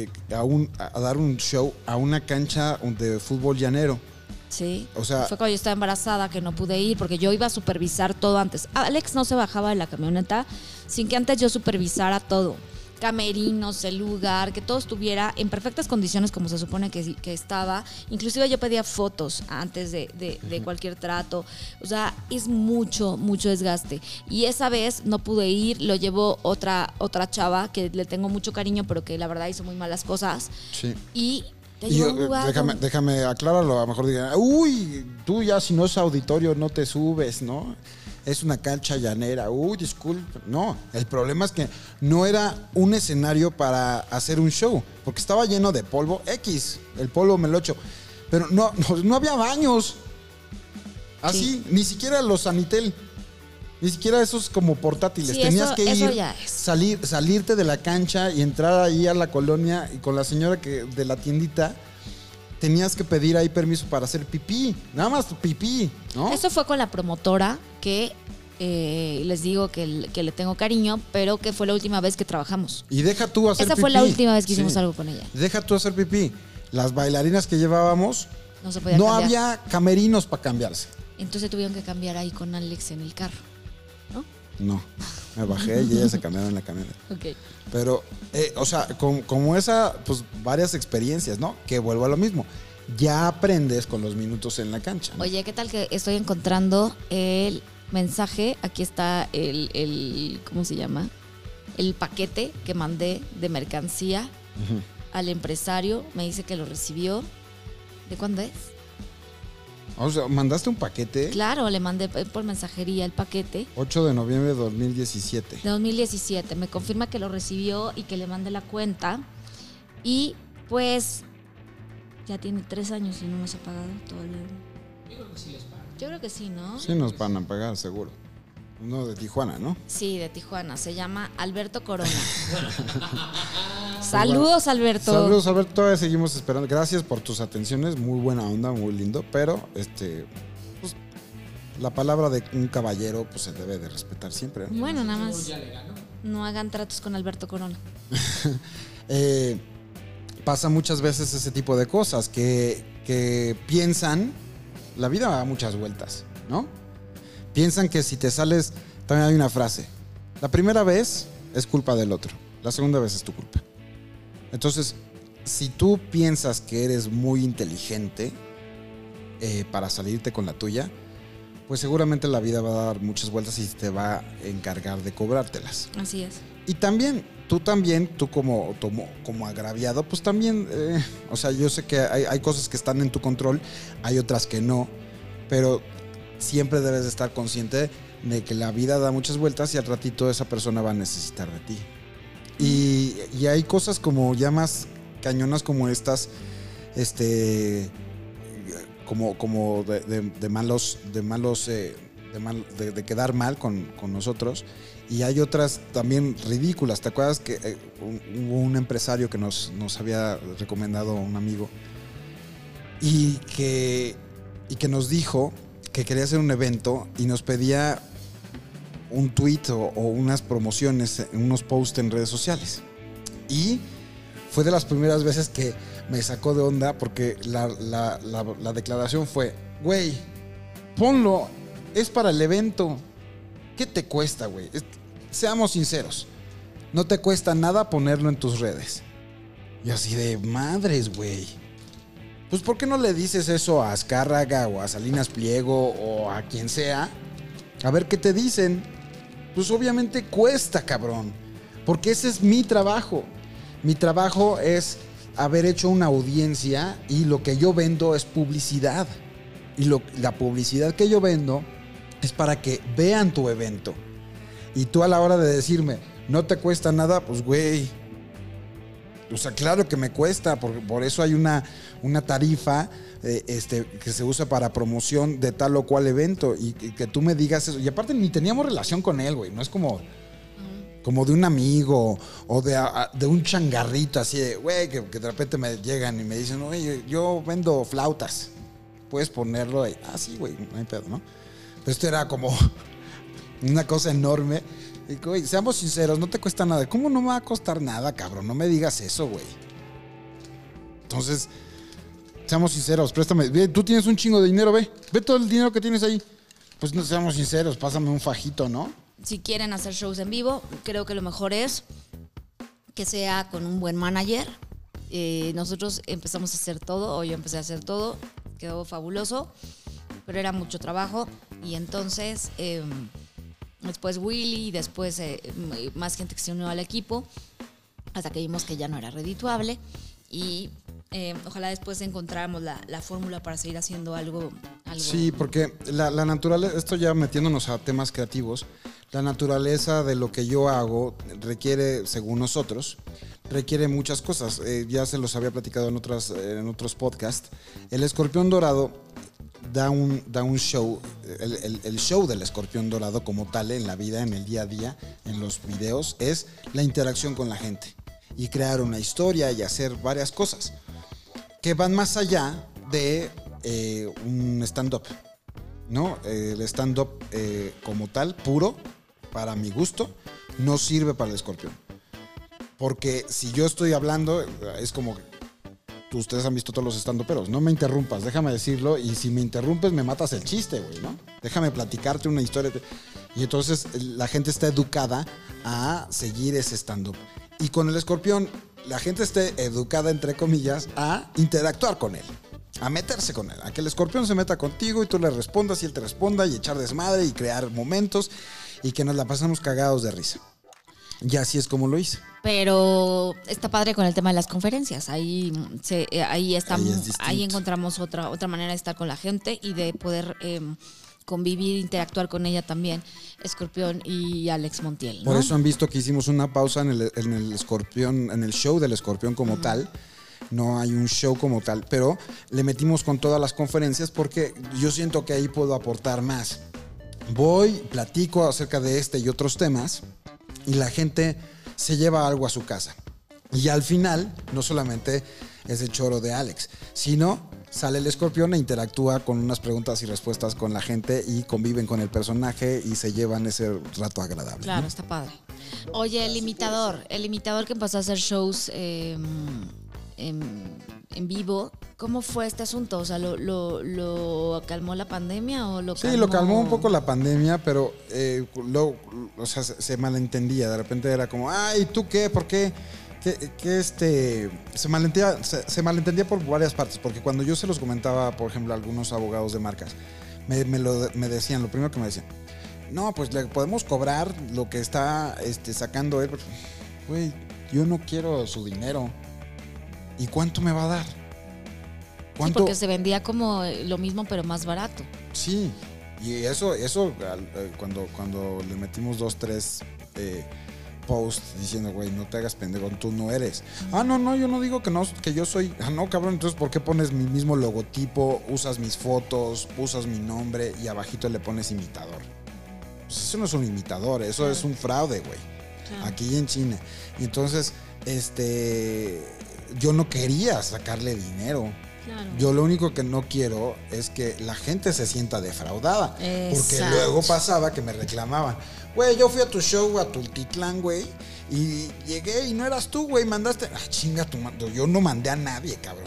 [SPEAKER 1] A dar un show a una cancha de fútbol llanero.
[SPEAKER 2] Sí,
[SPEAKER 1] O sea,
[SPEAKER 2] fue cuando yo estaba embarazada que no pude ir porque yo iba a supervisar todo antes. Alex no se bajaba de la camioneta sin que antes yo supervisara todo. Camerinos, el lugar, que todo estuviera en perfectas condiciones como se supone que estaba. Inclusive yo pedía fotos antes de cualquier trato. O sea, es mucho desgaste. Y esa vez no pude ir, lo llevó otra chava que le tengo mucho cariño, pero que la verdad hizo muy malas cosas.
[SPEAKER 1] sí.
[SPEAKER 2] Y te
[SPEAKER 1] Y
[SPEAKER 2] llevó a un lugar
[SPEAKER 1] déjame aclararlo, a lo mejor digan, uy, tú ya si no es auditorio no te subes, ¿no? Es una cancha llanera, uy, disculpe. No, el problema es que no era un escenario para hacer un show, porque estaba lleno de polvo X, el polvo me lo echo, pero no había baños. Así,
[SPEAKER 2] Sí.
[SPEAKER 1] ni siquiera los Sanitel, ni siquiera esos como portátiles.
[SPEAKER 2] Sí,
[SPEAKER 1] Tenías
[SPEAKER 2] eso-
[SPEAKER 1] que
[SPEAKER 2] eso
[SPEAKER 1] ir,
[SPEAKER 2] ya es.
[SPEAKER 1] salirte de la cancha y entrar ahí a la colonia y con la señora de la tiendita. Tenías que pedir ahí permiso para hacer pipí, nada más pipí, ¿no?
[SPEAKER 2] Eso fue con la promotora que les digo que le tengo cariño, pero que fue la última vez que trabajamos.
[SPEAKER 1] Y deja tú hacer
[SPEAKER 2] Esa
[SPEAKER 1] pipí.
[SPEAKER 2] fue la última vez que hicimos
[SPEAKER 1] Sí.
[SPEAKER 2] algo con ella.
[SPEAKER 1] Deja tú hacer pipí. Las bailarinas que llevábamos,
[SPEAKER 2] No se podía
[SPEAKER 1] no
[SPEAKER 2] cambiar.
[SPEAKER 1] había camerinos para cambiarse.
[SPEAKER 2] Entonces tuvieron que cambiar ahí con Alex en el carro, ¿no?
[SPEAKER 1] No, me bajé y ellas se cambiaron en la camioneta.
[SPEAKER 2] Ok.
[SPEAKER 1] Pero, o sea, como esa, pues varias experiencias, ¿no? Que vuelvo a lo mismo. Ya aprendes con los minutos en la cancha, ¿no?
[SPEAKER 2] Oye, ¿qué tal que estoy encontrando el mensaje? Aquí está el ¿cómo se llama? El paquete que mandé de mercancía al empresario. Me dice que lo recibió. ¿De cuándo es?
[SPEAKER 1] O sea, mandaste un paquete.
[SPEAKER 2] Claro, le mandé por mensajería el paquete
[SPEAKER 1] 8 de noviembre de 2017.
[SPEAKER 2] de 2017. Me confirma que lo recibió y que le mande la cuenta. Y pues ya tiene 3 años y no nos ha pagado todavía.
[SPEAKER 3] Yo creo que sí les pagan.
[SPEAKER 2] Yo creo que sí, ¿no?
[SPEAKER 1] Sí nos van a pagar, seguro. Uno de Tijuana, ¿no?
[SPEAKER 2] Sí, de Tijuana. Se llama Alberto Corona. Saludos, Alberto.
[SPEAKER 1] Saludos, Alberto. Todavía seguimos esperando. Gracias por tus atenciones. Muy buena onda, muy lindo. Pero, pues, la palabra de un caballero, pues, se debe de respetar siempre, ¿no?
[SPEAKER 2] Bueno, nada más
[SPEAKER 3] Ya le ganó.
[SPEAKER 2] no hagan tratos con Alberto Corona.
[SPEAKER 1] pasa muchas veces ese tipo de cosas que piensan, la vida da muchas vueltas, ¿no? Piensan que si te sales, también hay una frase, la primera vez es culpa del otro, la segunda vez es tu culpa. Entonces, si tú piensas que eres muy inteligente para salirte con la tuya, pues seguramente la vida va a dar muchas vueltas y te va a encargar de cobrártelas.
[SPEAKER 2] Así es.
[SPEAKER 1] Y también, tú como agraviado, pues también, o sea, yo sé que hay cosas que están en tu control, hay otras que no, pero siempre debes de estar consciente de que la vida da muchas vueltas y al ratito esa persona va a necesitar de ti. Y hay cosas como ya más cañonas como estas, como de malos, de quedar mal con nosotros. Y hay otras también ridículas. ¿Te acuerdas que hubo un empresario que nos había recomendado un amigo y que nos dijo que quería hacer un evento y nos pedía un tweet o unas promociones, unos posts en redes sociales? Y fue de las primeras veces que me sacó de onda porque la declaración fue, güey, ponlo, es para el evento. ¿Qué te cuesta, güey? Seamos sinceros. No te cuesta nada ponerlo en tus redes. Y así de madres, güey. Pues ¿por qué no le dices eso a Azcárraga o a Salinas Pliego o a quien sea? A ver qué te dicen. Pues obviamente cuesta, cabrón. Porque ese es mi trabajo. Mi trabajo es haber hecho una audiencia y lo que yo vendo es publicidad. Y la publicidad que yo vendo es para que vean tu evento. Y tú a la hora de decirme, no te cuesta nada, pues güey. O sea, claro que me cuesta, por eso hay una tarifa que se usa para promoción de tal o cual evento. Y que tú me digas eso. Y aparte ni teníamos relación con él, güey. No es como de un amigo o de un changarrito así de, güey, que de repente me llegan y me dicen, oye, yo vendo flautas. Puedes ponerlo ahí. Ah, sí, güey, no hay pedo, ¿no? Pero esto era como una cosa enorme. Y, güey, seamos sinceros, no te cuesta nada. ¿Cómo no me va a costar nada, cabrón? No me digas eso, güey. Entonces, seamos sinceros, préstame. Ve, tú tienes un chingo de dinero, ve todo el dinero que tienes ahí. Pues no seamos sinceros, pásame un fajito, ¿no?
[SPEAKER 2] Si quieren hacer shows en vivo, creo que lo mejor es que sea con un buen manager. Nosotros empezamos a hacer todo, o yo empecé a hacer todo, quedó fabuloso, pero era mucho trabajo. Y entonces, después Willy, después más gente que se unió al equipo, hasta que vimos que ya no era redituable. Y ojalá después encontráramos la fórmula para seguir haciendo algo.
[SPEAKER 1] Sí, porque la naturaleza, esto ya metiéndonos a temas creativos, la naturaleza de lo que yo hago requiere, según nosotros, requiere muchas cosas. Ya se los había platicado en otros podcasts. El escorpión dorado da un show, el show del escorpión dorado como tal en la vida, en el día a día, en los videos, es la interacción con la gente y crear una historia y hacer varias cosas que van más allá de un stand-up, ¿no? El stand-up como tal, puro, para mi gusto, no sirve para el escorpión. Porque si yo estoy hablando, es como que ustedes han visto todos los stand-uperos, no me interrumpas, déjame decirlo, y si me interrumpes me matas el chiste, güey, ¿no? Déjame platicarte una historia. Y entonces la gente está educada a seguir ese stand-up. Y con el escorpión, la gente esté educada, entre comillas, a interactuar con él, a meterse con él, a que el escorpión se meta contigo y tú le respondas y él te responda y echar desmadre y crear momentos y que nos la pasamos cagados de risa. Y así es como lo hice.
[SPEAKER 2] Pero está padre con el tema de las conferencias. Ahí encontramos otra manera de estar con la gente y de poder convivir, interactuar con ella también, Escorpión y Alex Montiel, ¿no?
[SPEAKER 1] Por eso han visto que hicimos una pausa en el Escorpión, en el show del Escorpión como tal. No hay un show como tal, pero le metimos con todas las conferencias porque yo siento que ahí puedo aportar más. Voy, platico acerca de este y otros temas y la gente se lleva algo a su casa. Y al final, no solamente es el choro de Alex, sino sale el escorpión e interactúa con unas preguntas y respuestas con la gente y conviven con el personaje y se llevan ese rato agradable.
[SPEAKER 2] Claro,
[SPEAKER 1] ¿no?
[SPEAKER 2] está padre. Oye, el imitador que empezó a hacer shows en vivo, ¿cómo fue este asunto? O sea, ¿lo calmó la pandemia o lo calmó?
[SPEAKER 1] Sí, lo calmó un poco la pandemia, pero o sea, se malentendía. De repente era como, ay, ¿tú qué? ¿Por qué? Se malentendía por varias partes, porque cuando yo se los comentaba, por ejemplo, a algunos abogados de marcas, me decían, lo primero que me decían, no, pues le podemos cobrar lo que está sacando él. Güey, yo no quiero su dinero. ¿Y cuánto me va a dar?
[SPEAKER 2] Sí,
[SPEAKER 1] ¿Cuánto?
[SPEAKER 2] porque se vendía como lo mismo, pero más barato.
[SPEAKER 1] Sí, y eso cuando le metimos 2, 3 posts diciendo, güey, no te hagas pendejo, tú no eres. No, yo no digo que yo soy. No, cabrón, entonces ¿por qué pones mi mismo logotipo, usas mis fotos, usas mi nombre y abajito le pones imitador? Pues eso no es un imitador, eso es un fraude, güey. Aquí en China. Y entonces, yo no quería sacarle dinero.
[SPEAKER 2] Claro.
[SPEAKER 1] Yo lo único que no quiero es que la gente se sienta defraudada.
[SPEAKER 2] Exacto.
[SPEAKER 1] Porque luego pasaba que me reclamaban, güey, yo fui a tu show a Tultitlán, güey, y llegué y no eras tú, güey, mandaste. Chinga tu mando, yo no mandé a nadie, cabrón.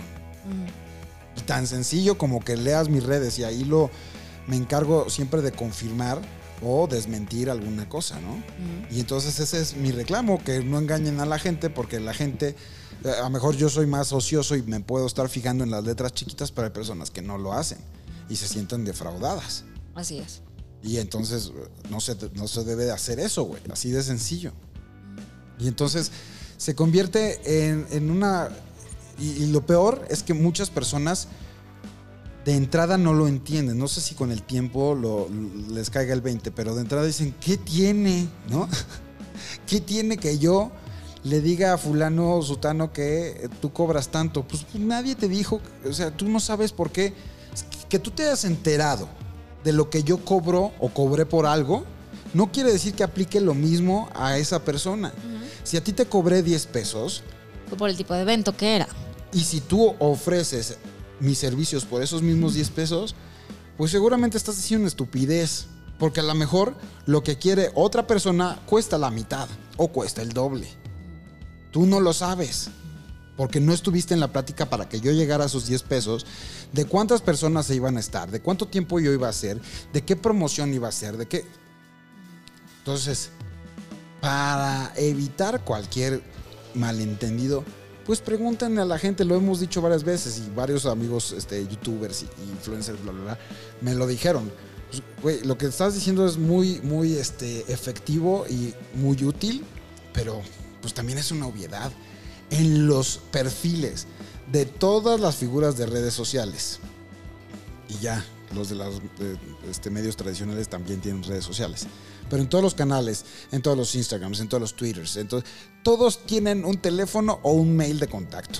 [SPEAKER 1] Y tan sencillo como que leas mis redes y ahí me encargo siempre de confirmar o desmentir alguna cosa, ¿no? Y entonces ese es mi reclamo, que no engañen a la gente, porque la gente, a lo mejor yo soy más ocioso y me puedo estar fijando en las letras chiquitas, pero hay personas que no lo hacen y se sienten defraudadas.
[SPEAKER 2] Así es.
[SPEAKER 1] Y entonces no se debe de hacer eso, güey, así de sencillo. Y entonces se convierte en una... Y lo peor es que muchas personas de entrada no lo entienden. No sé si con el tiempo les caiga el 20, pero de entrada dicen, ¿qué tiene? ¿No? ¿Qué tiene que yo le diga a fulano o sutano que tú cobras tanto? Pues nadie te dijo, o sea, tú no sabes por qué. Que tú te hayas enterado de lo que yo cobro o cobré por algo, no quiere decir que aplique lo mismo a esa persona. Si a ti te cobré 10 pesos...
[SPEAKER 2] Fue por el tipo de evento que era.
[SPEAKER 1] Y si tú ofreces mis servicios por esos mismos 10 pesos, pues seguramente estás haciendo una estupidez. Porque a lo mejor lo que quiere otra persona cuesta la mitad o cuesta el doble. Tú no lo sabes, porque no estuviste en la plática para que yo llegara a esos 10 pesos, de cuántas personas se iban a estar, de cuánto tiempo yo iba a hacer, de qué promoción iba a hacer, de qué... Entonces, para evitar cualquier malentendido, pues pregúntenle a la gente, lo hemos dicho varias veces y varios amigos youtubers y influencers, bla, bla, bla, me lo dijeron. Pues, güey, lo que estás diciendo es muy, muy efectivo y muy útil, pero pues también es una obviedad. En los perfiles de todas las figuras de redes sociales, y ya, los de los medios tradicionales también tienen redes sociales, pero en todos los canales, en todos los Instagrams, en todos los Twitters, todos tienen un teléfono o un mail de contacto.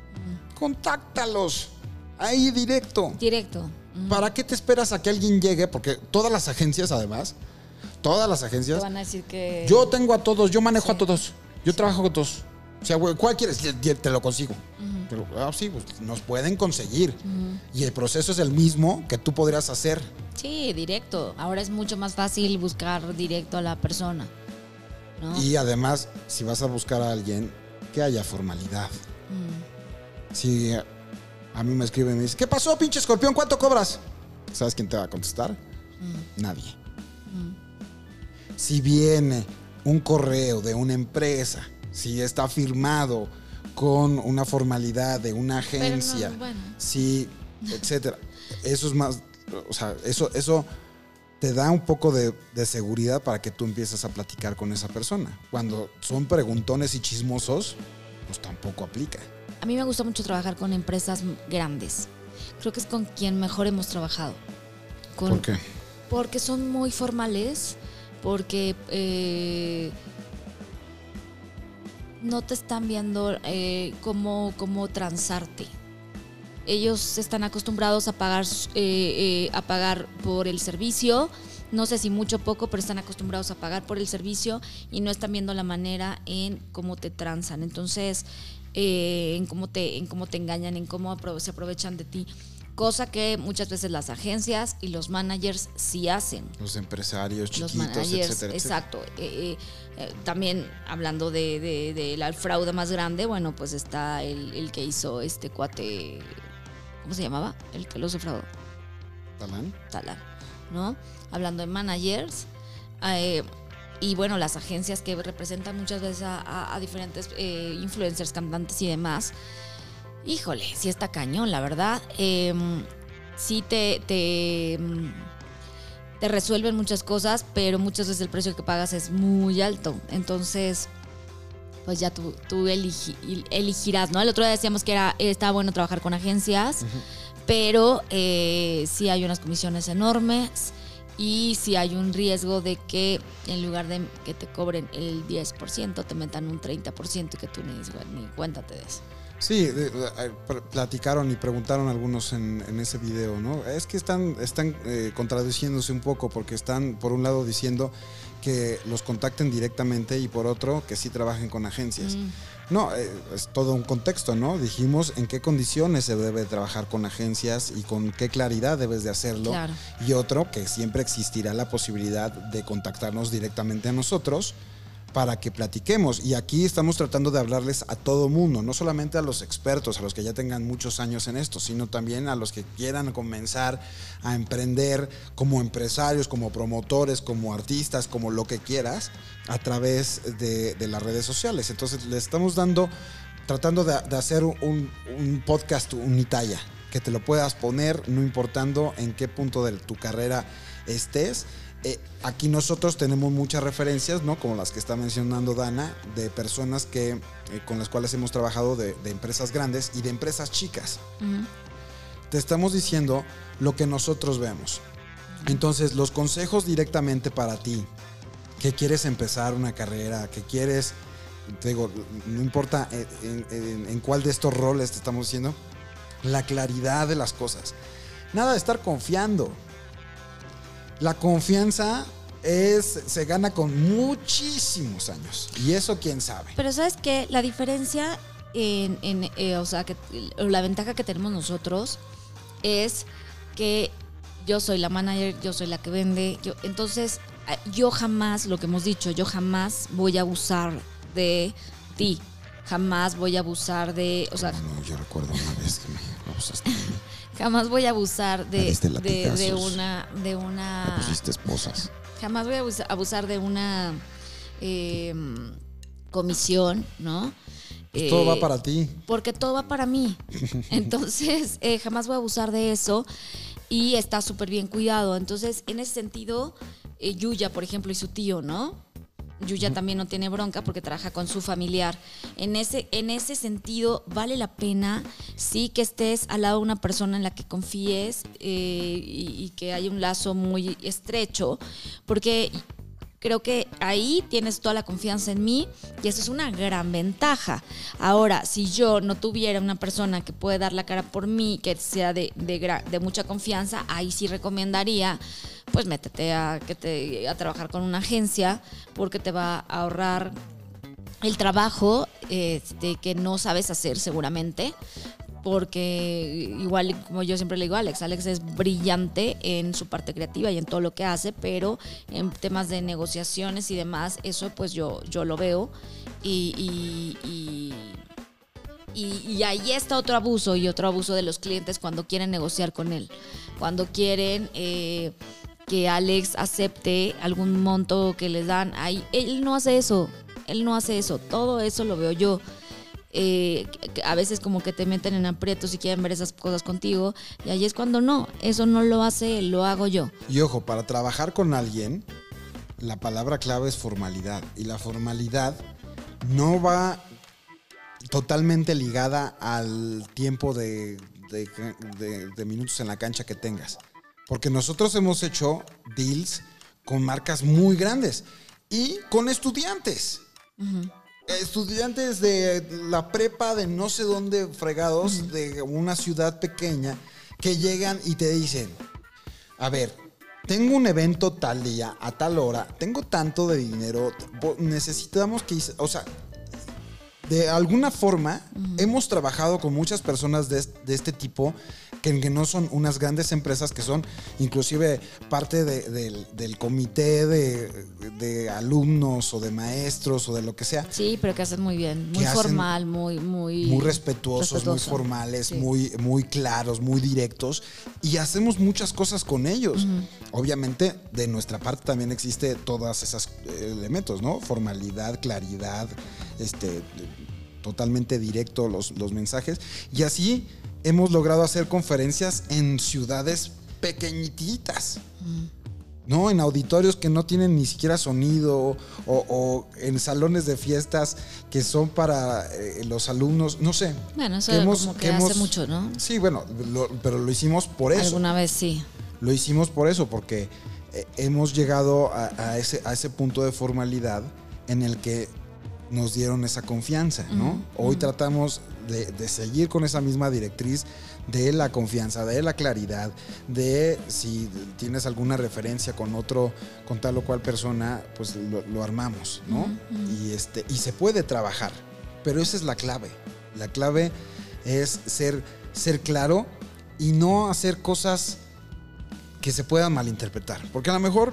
[SPEAKER 1] Contáctalos ahí directo. ¿Para qué te esperas a que alguien llegue? Porque todas las agencias, además,
[SPEAKER 2] Te van a decir que...
[SPEAKER 1] yo tengo a todos, yo manejo a todos, yo trabajo con todos. O sea, güey, ¿cuál quieres? Te lo consigo. Pero sí, pues nos pueden conseguir. Y el proceso es el mismo que tú podrías hacer.
[SPEAKER 2] Sí, directo. Ahora es mucho más fácil buscar directo a la persona, ¿no?
[SPEAKER 1] Y además, si vas a buscar a alguien, que haya formalidad. Si a mí me escriben y me dicen, ¿qué pasó, pinche escorpión? ¿Cuánto cobras? ¿Sabes quién te va a contestar? Nadie. Si viene un correo de una empresa, si está firmado con una formalidad de una agencia, sí, etcétera. Eso es más, o sea, eso te da un poco de seguridad para que tú empieces a platicar con esa persona. Cuando son preguntones y chismosos, pues tampoco aplica.
[SPEAKER 2] A mí me gusta mucho trabajar con empresas grandes. Creo que es con quien mejor hemos trabajado.
[SPEAKER 1] ¿Por qué?
[SPEAKER 2] Porque son muy formales, porque no te están viendo cómo transarte. Ellos están acostumbrados a pagar por el servicio. No sé si mucho o poco, pero están acostumbrados a pagar por el servicio y no están viendo la manera en cómo te transan. Entonces, en cómo te engañan, en cómo se aprovechan de ti. Cosa que muchas veces las agencias y los managers sí hacen.
[SPEAKER 1] Los empresarios chiquitos,
[SPEAKER 2] Los managers,
[SPEAKER 1] etcétera,
[SPEAKER 2] exacto. También hablando de la fraude más grande, bueno, pues está el que hizo este cuate, ¿cómo se llamaba? El que lo defraudó. Talán, ¿no? Hablando de managers, y bueno, las agencias que representan muchas veces a diferentes influencers, cantantes y demás. Híjole, sí está cañón, la verdad. Sí te resuelven muchas cosas, pero muchas veces el precio que pagas es muy alto. Entonces, pues ya tú elegirás, ¿no? El otro día decíamos que estaba bueno trabajar con agencias, pero sí hay unas comisiones enormes y sí hay un riesgo de que en lugar de que te cobren el 10%, te metan un 30% y que tú ni cuenta te des.
[SPEAKER 1] Sí, platicaron y preguntaron algunos en ese video, ¿no? Es que están contradiciéndose un poco porque están, por un lado, diciendo que los contacten directamente y por otro, que sí trabajen con agencias. No, es todo un contexto, ¿no? Dijimos en qué condiciones se debe trabajar con agencias y con qué claridad debes de hacerlo.
[SPEAKER 2] Claro.
[SPEAKER 1] Y otro, que siempre existirá la posibilidad de contactarnos directamente a nosotros para que platiquemos. Y aquí estamos tratando de hablarles a todo mundo, no solamente a los expertos, a los que ya tengan muchos años en esto, sino también a los que quieran comenzar a emprender como empresarios, como promotores, como artistas, como lo que quieras, a través de las redes sociales. Entonces les estamos tratando de hacer un podcast unitalla, que te lo puedas poner no importando en qué punto de tu carrera estés. Aquí nosotros tenemos muchas referencias, ¿no? Como las que está mencionando Dana, de personas con las cuales hemos trabajado de empresas grandes y de empresas chicas. Te estamos diciendo lo que nosotros vemos. Entonces, los consejos directamente para ti, que quieres empezar una carrera, que quieres, te digo, no importa en cuál de estos roles te estamos diciendo, la claridad de las cosas. Nada de estar confiando. La confianza se gana con muchísimos años. Y eso quién sabe.
[SPEAKER 2] Pero ¿sabes qué? La diferencia o sea, la ventaja que tenemos nosotros es que yo soy la manager, yo soy la que vende. Entonces, yo jamás, lo que hemos dicho, yo jamás voy a abusar de ti. Jamás voy a abusar de... O sea,
[SPEAKER 1] no, yo recuerdo una vez que me abusaste de mí.
[SPEAKER 2] Jamás voy a abusar de una...
[SPEAKER 1] Me pusiste esposas.
[SPEAKER 2] Jamás voy a abusar de una comisión, ¿no?
[SPEAKER 1] Pues todo va para ti.
[SPEAKER 2] Porque todo va para mí. Entonces, jamás voy a abusar de eso y está súper bien cuidado. Entonces, en ese sentido, Yuya, por ejemplo, y su tío, ¿no? Yuya también no tiene bronca porque trabaja con su familiar. En ese sentido, vale la pena sí que estés al lado de una persona en la que confíes y que haya un lazo muy estrecho, porque creo que ahí tienes toda la confianza en mí y eso es una gran ventaja. Ahora, si yo no tuviera una persona que puede dar la cara por mí, que sea de mucha confianza, ahí sí recomendaría, pues métete a trabajar con una agencia, porque te va a ahorrar el trabajo que no sabes hacer seguramente. Porque igual, como yo siempre le digo a Alex es brillante en su parte creativa y en todo lo que hace, pero en temas de negociaciones y demás, eso pues yo lo veo y ahí está otro abuso de los clientes cuando quieren negociar con él, cuando quieren que Alex acepte algún monto que les dan. Ahí, él no hace eso, todo eso lo veo yo. A veces como que te meten en aprietos y quieren ver esas cosas contigo, y ahí es cuando no, eso no lo hace él, lo hago yo.
[SPEAKER 1] Y ojo, para trabajar con alguien, la palabra clave es formalidad, y la formalidad no va totalmente ligada al tiempo de minutos en la cancha que tengas, porque nosotros hemos hecho deals con marcas muy grandes y con estudiantes. Estudiantes de la prepa de no sé dónde fregados, de una ciudad pequeña, que llegan y te dicen: a ver, tengo un evento tal día, a tal hora, tengo tanto de dinero, necesitamos que... O sea, de alguna forma hemos trabajado con muchas personas de este tipo que no son unas grandes empresas, que son inclusive parte del comité de alumnos o de maestros o de lo que sea.
[SPEAKER 2] Sí, pero que hacen muy bien, muy formal, muy
[SPEAKER 1] respetuosos, muy formales, sí. muy claros, muy directos, y hacemos muchas cosas con ellos. Obviamente, de nuestra parte también existe todos esos elementos, ¿no? Formalidad, claridad, totalmente directo los mensajes, y así hemos logrado hacer conferencias en ciudades pequeñitas, ¿no? En auditorios que no tienen ni siquiera sonido, o en salones de fiestas que son para los alumnos, no sé.
[SPEAKER 2] Bueno, eso como que hace mucho, ¿no?
[SPEAKER 1] Sí, bueno, pero lo hicimos por eso.
[SPEAKER 2] Alguna vez sí.
[SPEAKER 1] Lo hicimos por eso, porque hemos llegado a ese punto de formalidad en el que nos dieron esa confianza, ¿no? Hoy tratamos de seguir con esa misma directriz de la confianza, de la claridad, de si tienes alguna referencia con tal o cual persona, pues lo armamos, ¿no? Y se puede trabajar, pero esa es la clave. La clave es ser claro y no hacer cosas que se puedan malinterpretar, porque a lo mejor,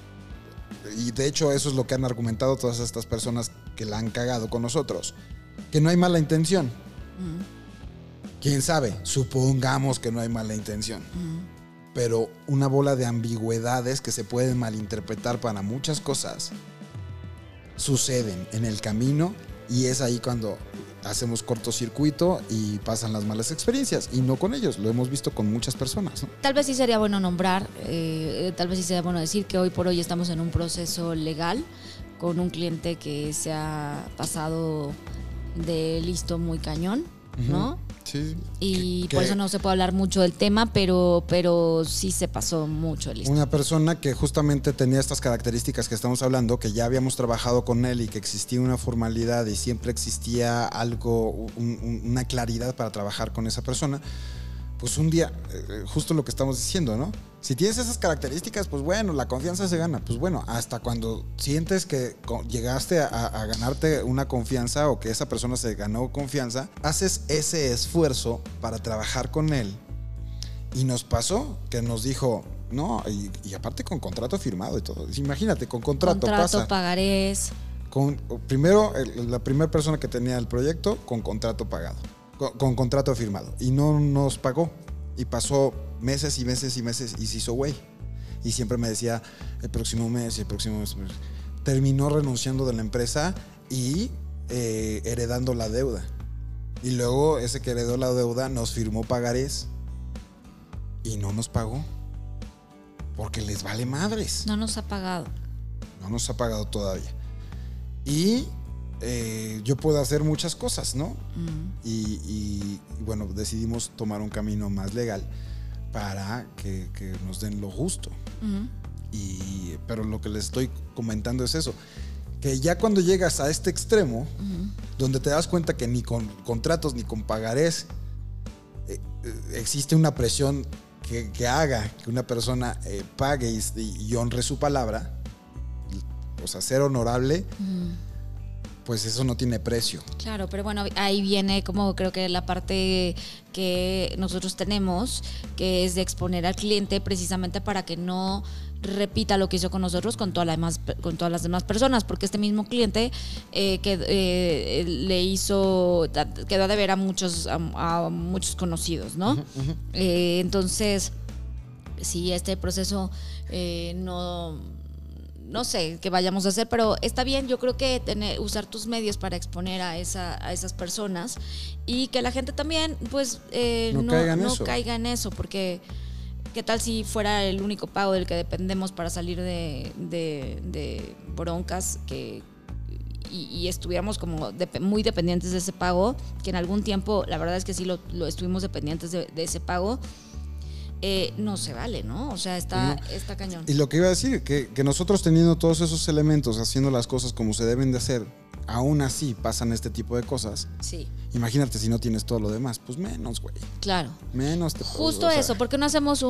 [SPEAKER 1] y de hecho eso es lo que han argumentado todas estas personas que la han cagado con nosotros, que no hay mala intención. ¿Quién sabe? Supongamos que no hay mala intención. Pero una bola de ambigüedades que se pueden malinterpretar para muchas cosas suceden en el camino, y es ahí cuando hacemos cortocircuito y pasan las malas experiencias, y no con ellos, lo hemos visto con muchas personas, ¿no?
[SPEAKER 2] Tal vez sí sería bueno nombrar, tal vez sí sería bueno decir que hoy por hoy estamos en un proceso legal con un cliente que se ha pasado de listo muy cañón, ¿no?
[SPEAKER 1] Sí.
[SPEAKER 2] Y por eso no se puede hablar mucho del tema, pero sí se pasó mucho de listo.
[SPEAKER 1] Una persona que justamente tenía estas características que estamos hablando, que ya habíamos trabajado con él y que existía una formalidad y siempre existía algo, una claridad para trabajar con esa persona, pues un día, justo lo que estamos diciendo, ¿no? Si tienes esas características, pues bueno, la confianza se gana. Pues bueno, hasta cuando sientes que llegaste a ganarte una confianza, o que esa persona se ganó confianza, haces ese esfuerzo para trabajar con él. Y nos pasó que nos dijo, no, y aparte con contrato firmado y todo. Imagínate, con contrato pasa.
[SPEAKER 2] Pagarés.
[SPEAKER 1] Primero, la primera persona que tenía el proyecto con contrato pagado. Con contrato firmado, y no nos pagó, y pasó meses y meses y meses, y se hizo güey, y siempre me decía el próximo mes. Terminó renunciando de la empresa y heredando la deuda, y luego ese que heredó la deuda nos firmó pagarés y no nos pagó porque les vale madres.
[SPEAKER 2] No nos ha pagado
[SPEAKER 1] todavía, y yo puedo hacer muchas cosas, ¿no? Y bueno, decidimos tomar un camino más legal para que nos den lo justo. Pero lo que les estoy comentando es eso, que ya cuando llegas a este extremo, donde te das cuenta que ni con contratos ni con pagarés existe una presión que haga que una persona pague y honre su palabra, o sea, ser honorable, pues eso no tiene precio.
[SPEAKER 2] Claro, pero bueno, ahí viene como creo que la parte que nosotros tenemos, que es de exponer al cliente precisamente para que no repita lo que hizo con nosotros con todas las demás personas, porque este mismo cliente le hizo, quedó a deber a muchos conocidos, ¿no? Entonces, si este proceso no sé qué vayamos a hacer, pero está bien, yo creo que usar tus medios para exponer a esas personas, y que la gente también pues no caiga en eso, porque qué tal si fuera el único pago del que dependemos para salir de broncas, y estuviéramos como muy dependientes de ese pago, que en algún tiempo la verdad es que sí lo estuvimos dependientes de ese pago. No se vale, ¿no? O sea, está cañón.
[SPEAKER 1] Y lo que iba a decir, que nosotros teniendo todos esos elementos, haciendo las cosas como se deben de hacer, aún así pasan este tipo de cosas. Sí. Imagínate si no tienes todo lo demás, pues menos, güey.
[SPEAKER 2] Claro.
[SPEAKER 1] Menos te
[SPEAKER 2] justo eso, o sea, ¿por qué no hacemos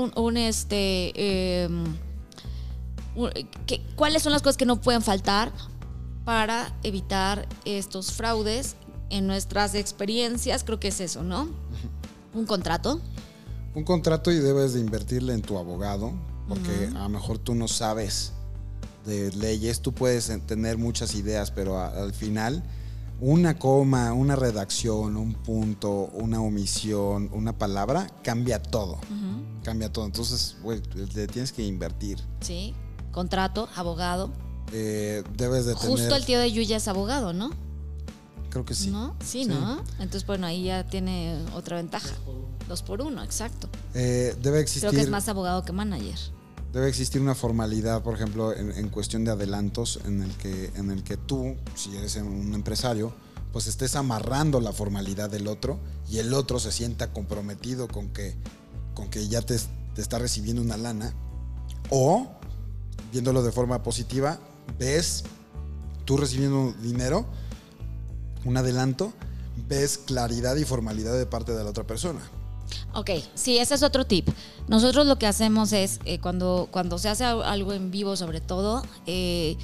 [SPEAKER 2] ¿cuáles son las cosas que no pueden faltar para evitar estos fraudes en nuestras experiencias, creo que es eso, ¿no? Un contrato.
[SPEAKER 1] Un contrato, y debes de invertirle en tu abogado, porque a lo mejor tú no sabes de leyes, tú puedes tener muchas ideas, pero al final una coma, una redacción, un punto, una omisión, una palabra, cambia todo. Cambia todo. Entonces, güey, le tienes que invertir.
[SPEAKER 2] Sí, contrato, abogado.
[SPEAKER 1] Debes de
[SPEAKER 2] Justo
[SPEAKER 1] tener...
[SPEAKER 2] el tío de Yuya es abogado, ¿no?
[SPEAKER 1] Creo que sí.
[SPEAKER 2] ¿No? Sí, ¿no? Entonces, bueno, ahí ya tiene otra ventaja. 2x1, exacto.
[SPEAKER 1] Debe existir...
[SPEAKER 2] Creo que es más abogado que manager.
[SPEAKER 1] Debe existir una formalidad, por ejemplo, en cuestión de adelantos, en el que tú, si eres un empresario, pues estés amarrando la formalidad del otro y el otro se sienta comprometido con que ya te está recibiendo una lana. O, viéndolo de forma positiva, ves tú recibiendo dinero, un adelanto, ves claridad y formalidad de parte de la otra persona.
[SPEAKER 2] Ok, sí, ese es otro tip. Nosotros lo que hacemos es, cuando se hace algo en vivo sobre todo, el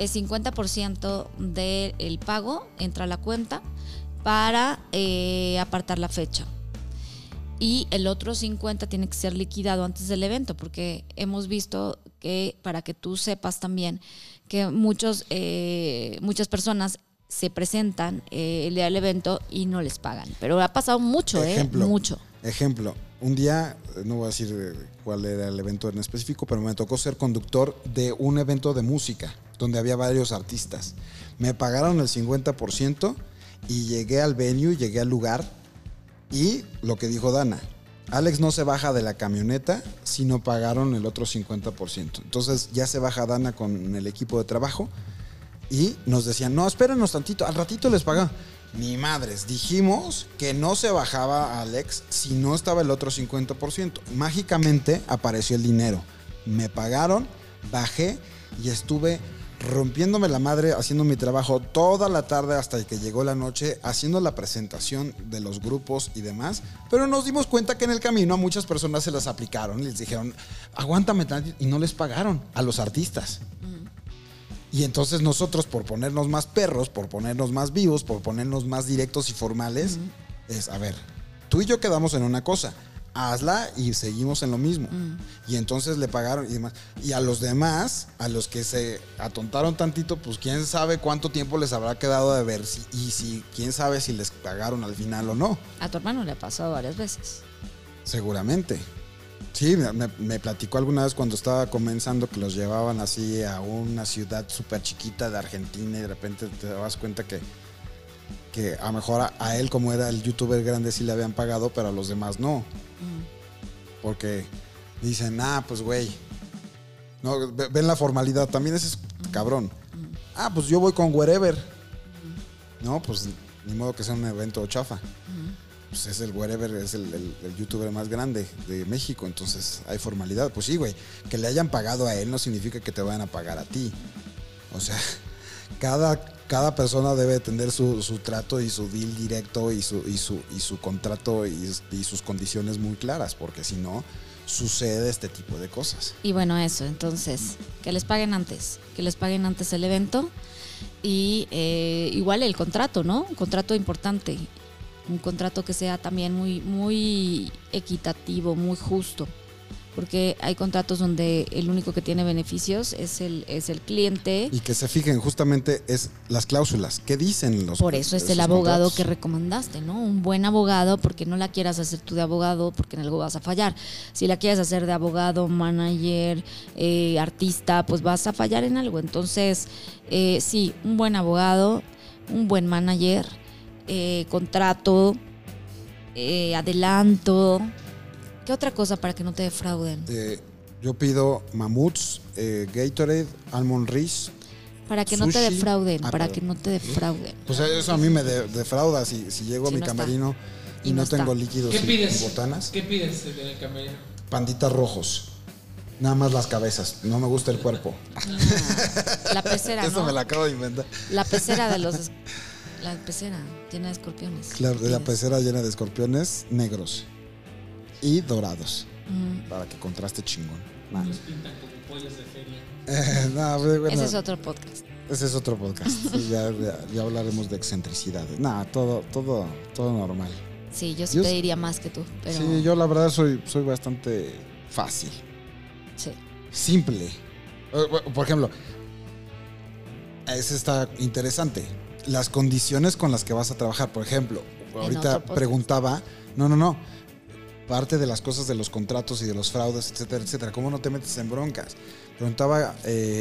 [SPEAKER 2] 50% del pago entra a la cuenta para apartar la fecha. Y el otro 50% tiene que ser liquidado antes del evento, porque hemos visto que, para que tú sepas también, que muchas personas se presentan el día del evento y no les pagan. Pero ha pasado mucho, mucho.
[SPEAKER 1] Ejemplo, un día, no voy a decir cuál era el evento en específico, pero me tocó ser conductor de un evento de música donde había varios artistas. Me pagaron el 50% y llegué al venue, llegué al lugar, y lo que dijo Dana, Alex no se baja de la camioneta si no pagaron el otro 50%. Entonces ya se baja Dana con el equipo de trabajo y nos decían, no, espérenos tantito, al ratito les pagamos. Ni madres, dijimos que no se bajaba Alex si no estaba el otro 50%. Mágicamente apareció el dinero. Me pagaron, bajé y estuve rompiéndome la madre haciendo mi trabajo toda la tarde hasta que llegó la noche, haciendo la presentación de los grupos y demás. Pero nos dimos cuenta que en el camino a muchas personas se las aplicaron. Les dijeron, aguántame tantito, y no les pagaron a los artistas. Y entonces nosotros, por ponernos más perros, por ponernos más vivos, por ponernos más directos y formales, es, a ver, tú y yo quedamos en una cosa, hazla y seguimos en lo mismo. Y entonces le pagaron y demás. Y a los demás, a los que se atontaron tantito, pues quién sabe cuánto tiempo les habrá quedado de ver, quién sabe si les pagaron al final o no.
[SPEAKER 2] A tu hermano le ha pasado varias veces.
[SPEAKER 1] Seguramente. Sí, me platicó alguna vez cuando estaba comenzando que los llevaban así a una ciudad súper chiquita de Argentina y de repente te das cuenta que a lo mejor a él, como era el youtuber grande, sí le habían pagado, pero a los demás no. Porque dicen, pues güey, no, ven la formalidad, también ese es cabrón. Pues yo voy con wherever. No, pues ni modo que sea un evento chafa. Pues es el wherever, es el youtuber más grande de México, entonces hay formalidad. Pues sí, güey, que le hayan pagado a él no significa que te vayan a pagar a ti. O sea, cada persona debe tener su trato y su deal directo y su contrato y sus condiciones muy claras, porque si no, sucede este tipo de cosas.
[SPEAKER 2] Y bueno, eso, entonces, que les paguen antes el evento y igual el contrato, ¿no? Un contrato importante. Un contrato que sea también muy, muy equitativo, muy justo, porque hay contratos donde el único que tiene beneficios es el cliente.
[SPEAKER 1] Y que se fijen justamente es las cláusulas, ¿qué dicen los?
[SPEAKER 2] Por eso es el abogado contratos que recomendaste, ¿no? Un buen abogado, porque no la quieras hacer tú de abogado, porque en algo vas a fallar. Si la quieres hacer de abogado, manager, artista, pues vas a fallar en algo. Entonces, sí, un buen abogado, un buen manager, contrato, adelanto. ¿Qué otra cosa para que no te defrauden?
[SPEAKER 1] Yo pido mamuts, Gatorade, Almond Riz.
[SPEAKER 2] Para que
[SPEAKER 1] sushi.
[SPEAKER 2] No te defrauden, que no te defrauden.
[SPEAKER 1] Pues eso a mí me defrauda si llego a mi camerino y no tengo líquidos y botanas.
[SPEAKER 3] ¿Qué pides en el camerino?
[SPEAKER 1] Panditas rojos. Nada más las cabezas, no me gusta el cuerpo.
[SPEAKER 2] La pecera,
[SPEAKER 1] Eso
[SPEAKER 2] ¿no?
[SPEAKER 1] me la acabo de inventar.
[SPEAKER 2] La pecera La pecera llena de escorpiones.
[SPEAKER 1] La pecera llena de escorpiones negros y dorados. Para que contraste chingón. Nah.
[SPEAKER 3] Nos pintan como pollos de feria.
[SPEAKER 1] No, bueno,
[SPEAKER 2] Ese es otro podcast.
[SPEAKER 1] ese es otro podcast. Sí, ya hablaremos de excentricidades. Nada, todo normal.
[SPEAKER 2] Sí, yo sí te diría más que tú, pero...
[SPEAKER 1] Sí, yo la verdad soy bastante fácil.
[SPEAKER 2] Sí.
[SPEAKER 1] Simple. Por ejemplo, ese está interesante. Las condiciones con las que vas a trabajar. Por ejemplo, ahorita preguntaba... No. Parte de las cosas de los contratos y de los fraudes, etcétera, etcétera. ¿Cómo no te metes en broncas? Preguntaba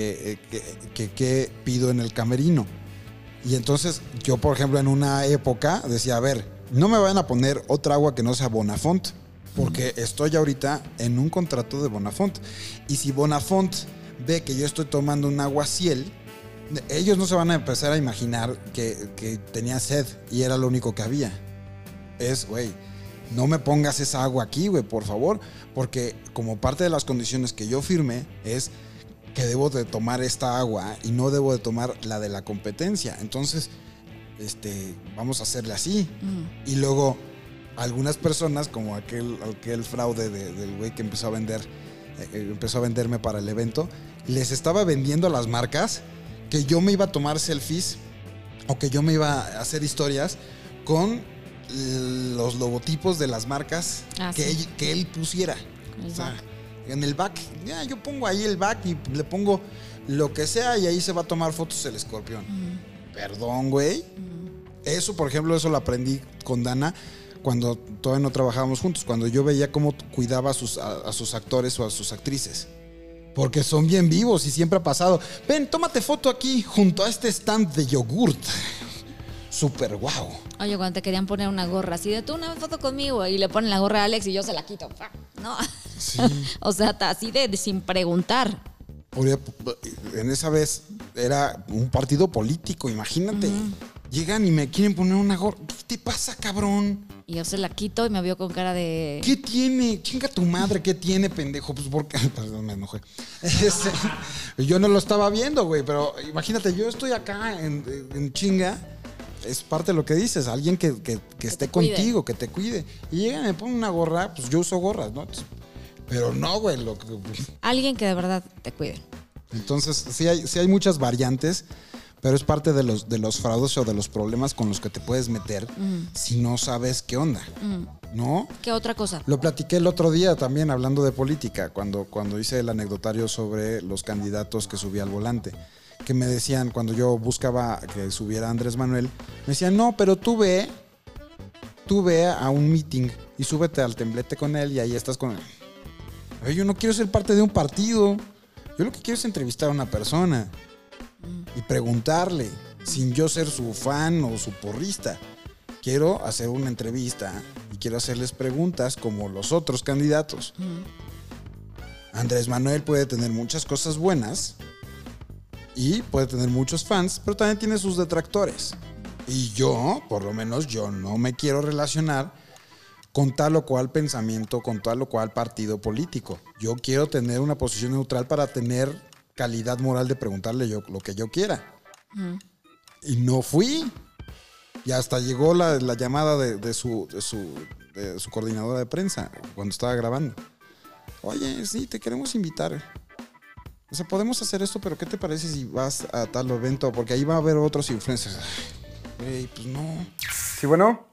[SPEAKER 1] qué pido en el camerino. Y entonces yo, por ejemplo, en una época decía, a ver, no me vayan a poner otra agua que no sea Bonafont, porque estoy ahorita en un contrato de Bonafont. Y si Bonafont ve que yo estoy tomando un agua Ciel, ellos no se van a empezar a imaginar que tenía sed y era lo único que había. Güey, no me pongas esa agua aquí, güey, por favor, porque como parte de las condiciones que yo firmé es que debo de tomar esta agua y no debo de tomar la de la competencia. Entonces, vamos a hacerle así. Y luego, algunas personas, como aquel fraude del güey que empezó a venderme para el evento, les estaba vendiendo las marcas que yo me iba a tomar selfies o que yo me iba a hacer historias con los logotipos de las marcas que él pusiera. En el back, ya yo pongo ahí el back y le pongo lo que sea y ahí se va a tomar fotos el escorpión. Perdón, güey. Eso, por ejemplo, eso lo aprendí con Dana cuando todavía no trabajábamos juntos, cuando yo veía cómo cuidaba a sus actores o a sus actrices. Porque son bien vivos y siempre ha pasado. Ven, tómate foto aquí junto a este stand de yogurt. Súper guau.
[SPEAKER 2] Oye, cuando te querían poner una gorra así de tú una foto conmigo y le ponen la gorra a Alex y yo se la quito. No.
[SPEAKER 1] Sí.
[SPEAKER 2] O sea, así de sin preguntar.
[SPEAKER 1] En esa vez era un partido político, imagínate. Llegan y me quieren poner una gorra. ¿Qué te pasa, cabrón?
[SPEAKER 2] Y yo se la quito y me vio con cara de...
[SPEAKER 1] ¿Qué tiene? Chinga tu madre, ¿qué tiene, pendejo? Pues porque... Perdón, me enojé. Yo no lo estaba viendo, güey, pero imagínate, yo estoy acá en chinga. Es parte de lo que dices, alguien que esté contigo, que te cuide. Y llegan y me ponen una gorra, pues yo uso gorras, ¿no? Pero no, güey.
[SPEAKER 2] Alguien que de verdad te cuide.
[SPEAKER 1] Entonces, sí hay muchas variantes, pero es parte de los fraudes o de los problemas con los que te puedes meter si no sabes qué onda, ¿no?
[SPEAKER 2] ¿Qué otra cosa?
[SPEAKER 1] Lo platiqué el otro día también hablando de política, cuando hice el anecdotario sobre los candidatos que subí al volante. Que me decían, cuando yo buscaba que subiera Andrés Manuel, me decían, no, pero tú ve a un meeting y súbete al templete con él y ahí estás con él. Oye, yo no quiero ser parte de un partido. Yo lo que quiero es entrevistar a una persona y preguntarle, sin yo ser su fan o su porrista. Quiero hacer una entrevista y quiero hacerles preguntas como los otros candidatos. Andrés Manuel puede tener muchas cosas buenas y puede tener muchos fans, pero también tiene sus detractores. Y yo, por lo menos yo no me quiero relacionar con tal o cual pensamiento, con tal o cual partido político. Yo quiero tener una posición neutral para tener calidad moral de preguntarle yo lo que yo quiera. Y no fui. Y hasta llegó la llamada de su coordinadora de prensa cuando estaba grabando. Oye, sí, te queremos invitar. O sea, podemos hacer esto, pero ¿qué te parece si vas a tal evento? Porque ahí va a haber otros influencers. Güey, pues no. Sí, bueno.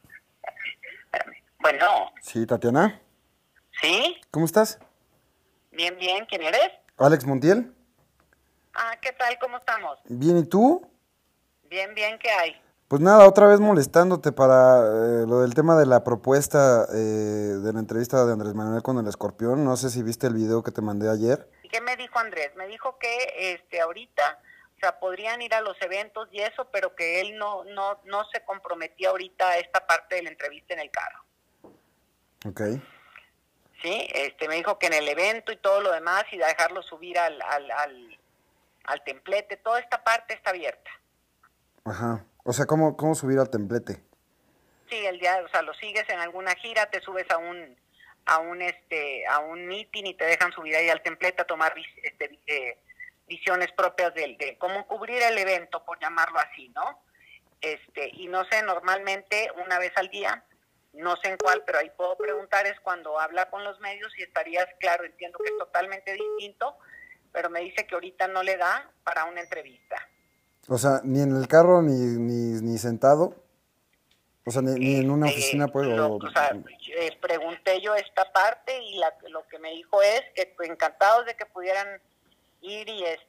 [SPEAKER 4] Bueno.
[SPEAKER 1] Sí, Tatiana.
[SPEAKER 4] ¿Sí?
[SPEAKER 1] ¿Cómo estás?
[SPEAKER 4] Bien, bien. ¿Quién eres?
[SPEAKER 1] Alex Montiel.
[SPEAKER 4] Ah, ¿qué tal? ¿Cómo estamos?
[SPEAKER 1] Bien, ¿y tú?
[SPEAKER 4] Bien, bien. ¿Qué hay?
[SPEAKER 1] Pues nada, otra vez molestándote para lo del tema de la propuesta de la entrevista de Andrés Manuel con el Escorpión. No sé si viste el video que te mandé ayer.
[SPEAKER 4] ¿Qué me dijo Andrés? Me dijo que ahorita, o sea, podrían ir a los eventos y eso, pero que él no se comprometía ahorita a esta parte de la entrevista en el carro.
[SPEAKER 1] Ok.
[SPEAKER 4] Sí, me dijo que en el evento y todo lo demás y dejarlo subir al templete, toda esta parte está abierta.
[SPEAKER 1] Ajá. O sea, ¿cómo subir al templete?
[SPEAKER 4] Sí, o sea, lo sigues en alguna gira, te subes a un meeting y te dejan subir ahí al templete a tomar visiones propias de cómo cubrir el evento, por llamarlo así, ¿no? Y no sé, normalmente una vez al día no sé en cuál, pero ahí puedo preguntar, es cuando habla con los medios y estarías, claro, entiendo que es totalmente distinto, pero me dice que ahorita no le da para una entrevista.
[SPEAKER 1] O sea, ni en el carro ni sentado. O sea, ni en una oficina puedo...
[SPEAKER 4] Pregunté yo esta parte y lo que me dijo es que encantados de que pudieran ir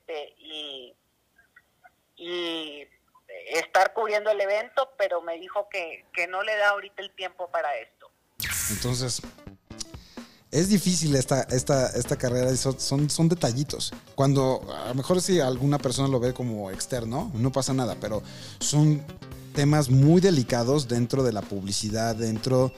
[SPEAKER 4] y estar cubriendo el evento, pero me dijo que no le da ahorita el tiempo para esto.
[SPEAKER 1] Entonces, es difícil esta carrera y son detallitos. Cuando a lo mejor si alguna persona lo ve como externo, no pasa nada, pero son temas muy delicados dentro de la publicidad, dentro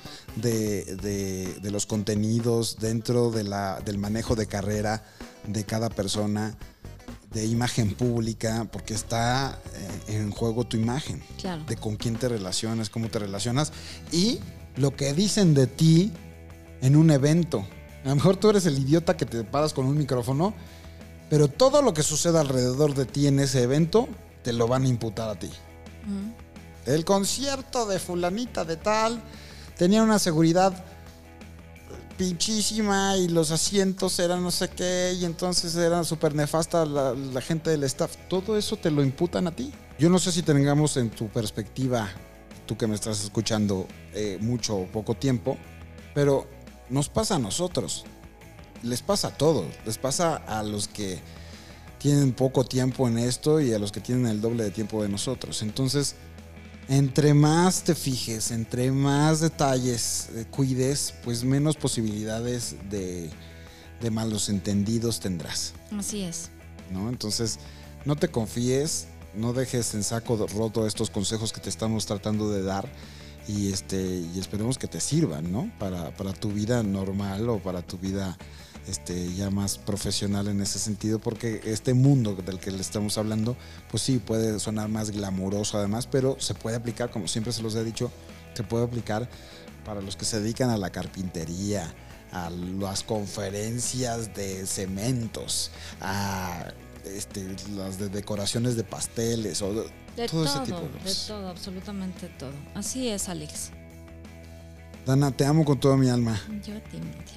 [SPEAKER 1] de los contenidos, dentro del manejo de carrera de cada persona, de imagen pública, porque está en juego tu imagen,
[SPEAKER 2] claro,
[SPEAKER 1] de con quién te relacionas, cómo te relacionas y lo que dicen de ti en un evento. A lo mejor tú eres el idiota que te paras con un micrófono, pero todo lo que suceda alrededor de ti en ese evento te lo van a imputar a ti. El concierto de fulanita de tal tenía una seguridad pinchísima y los asientos eran no sé qué y entonces era súper nefasta la gente del staff. Todo eso te lo imputan a ti. Yo no sé si tengamos en tu perspectiva, tú que me estás escuchando mucho o poco tiempo, pero nos pasa a nosotros, les pasa a todos, les pasa a los que tienen poco tiempo en esto y a los que tienen el doble de tiempo de nosotros. Entonces, entre más te fijes, entre más detalles cuides, pues menos posibilidades de malos entendidos tendrás.
[SPEAKER 2] Así es.
[SPEAKER 1] ¿No? Entonces, no te confíes, no dejes en saco roto estos consejos que te estamos tratando de dar y esperemos que te sirvan, ¿no? Para tu vida normal o para tu vida ya más profesional en ese sentido, porque este mundo del que le estamos hablando, pues sí, puede sonar más glamuroso además, pero se puede aplicar, como siempre se los he dicho, se puede aplicar para los que se dedican a la carpintería, a las conferencias de cementos, a las de decoraciones de pasteles, o todo ese tipo de cosas.
[SPEAKER 2] De todo, absolutamente todo. Así es, Alex.
[SPEAKER 1] Dana, te amo con toda mi alma.
[SPEAKER 2] Yo te amo.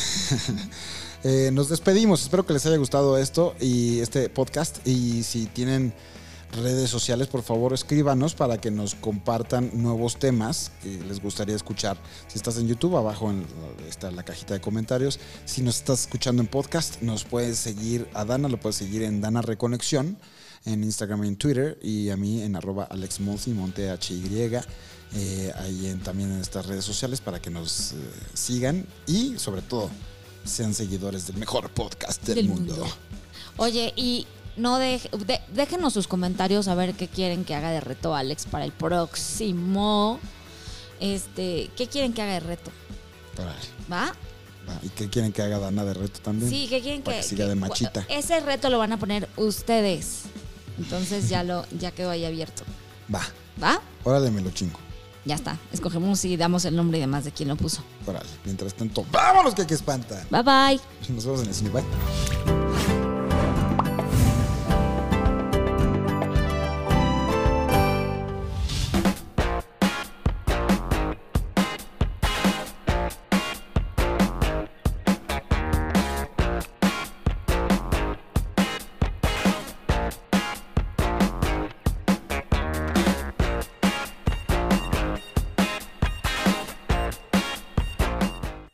[SPEAKER 1] Nos despedimos, espero que les haya gustado esto y este podcast, y si tienen redes sociales, por favor escríbanos para que nos compartan nuevos temas que les gustaría escuchar. Si estás en YouTube, abajo está la cajita de comentarios. Si nos estás escuchando en podcast, nos puedes seguir a Dana, lo puedes seguir en Dana Reconexión en Instagram y en Twitter, y a mí en @AlexMonsi, Monte HY, ahí también en estas redes sociales para que nos sigan y sobre todo sean seguidores del mejor podcast del mundo.
[SPEAKER 2] Oye, y no déjenos sus comentarios a ver qué quieren que haga de reto Alex para el próximo. ¿Qué quieren que haga de reto? ¿Va?
[SPEAKER 1] ¿Y qué quieren que haga Dana de reto también?
[SPEAKER 2] Sí, ¿qué quieren
[SPEAKER 1] que siga de machita?
[SPEAKER 2] Ese reto lo van a poner ustedes. Entonces ya quedó ahí abierto. ¿Va?
[SPEAKER 1] Órale, me lo chingo.
[SPEAKER 2] Ya está. Escogemos y damos el nombre y demás de quién lo puso.
[SPEAKER 1] Órale. Mientras tanto, vámonos que espanta.
[SPEAKER 2] Bye bye.
[SPEAKER 1] Nos vemos en el cine. Bye.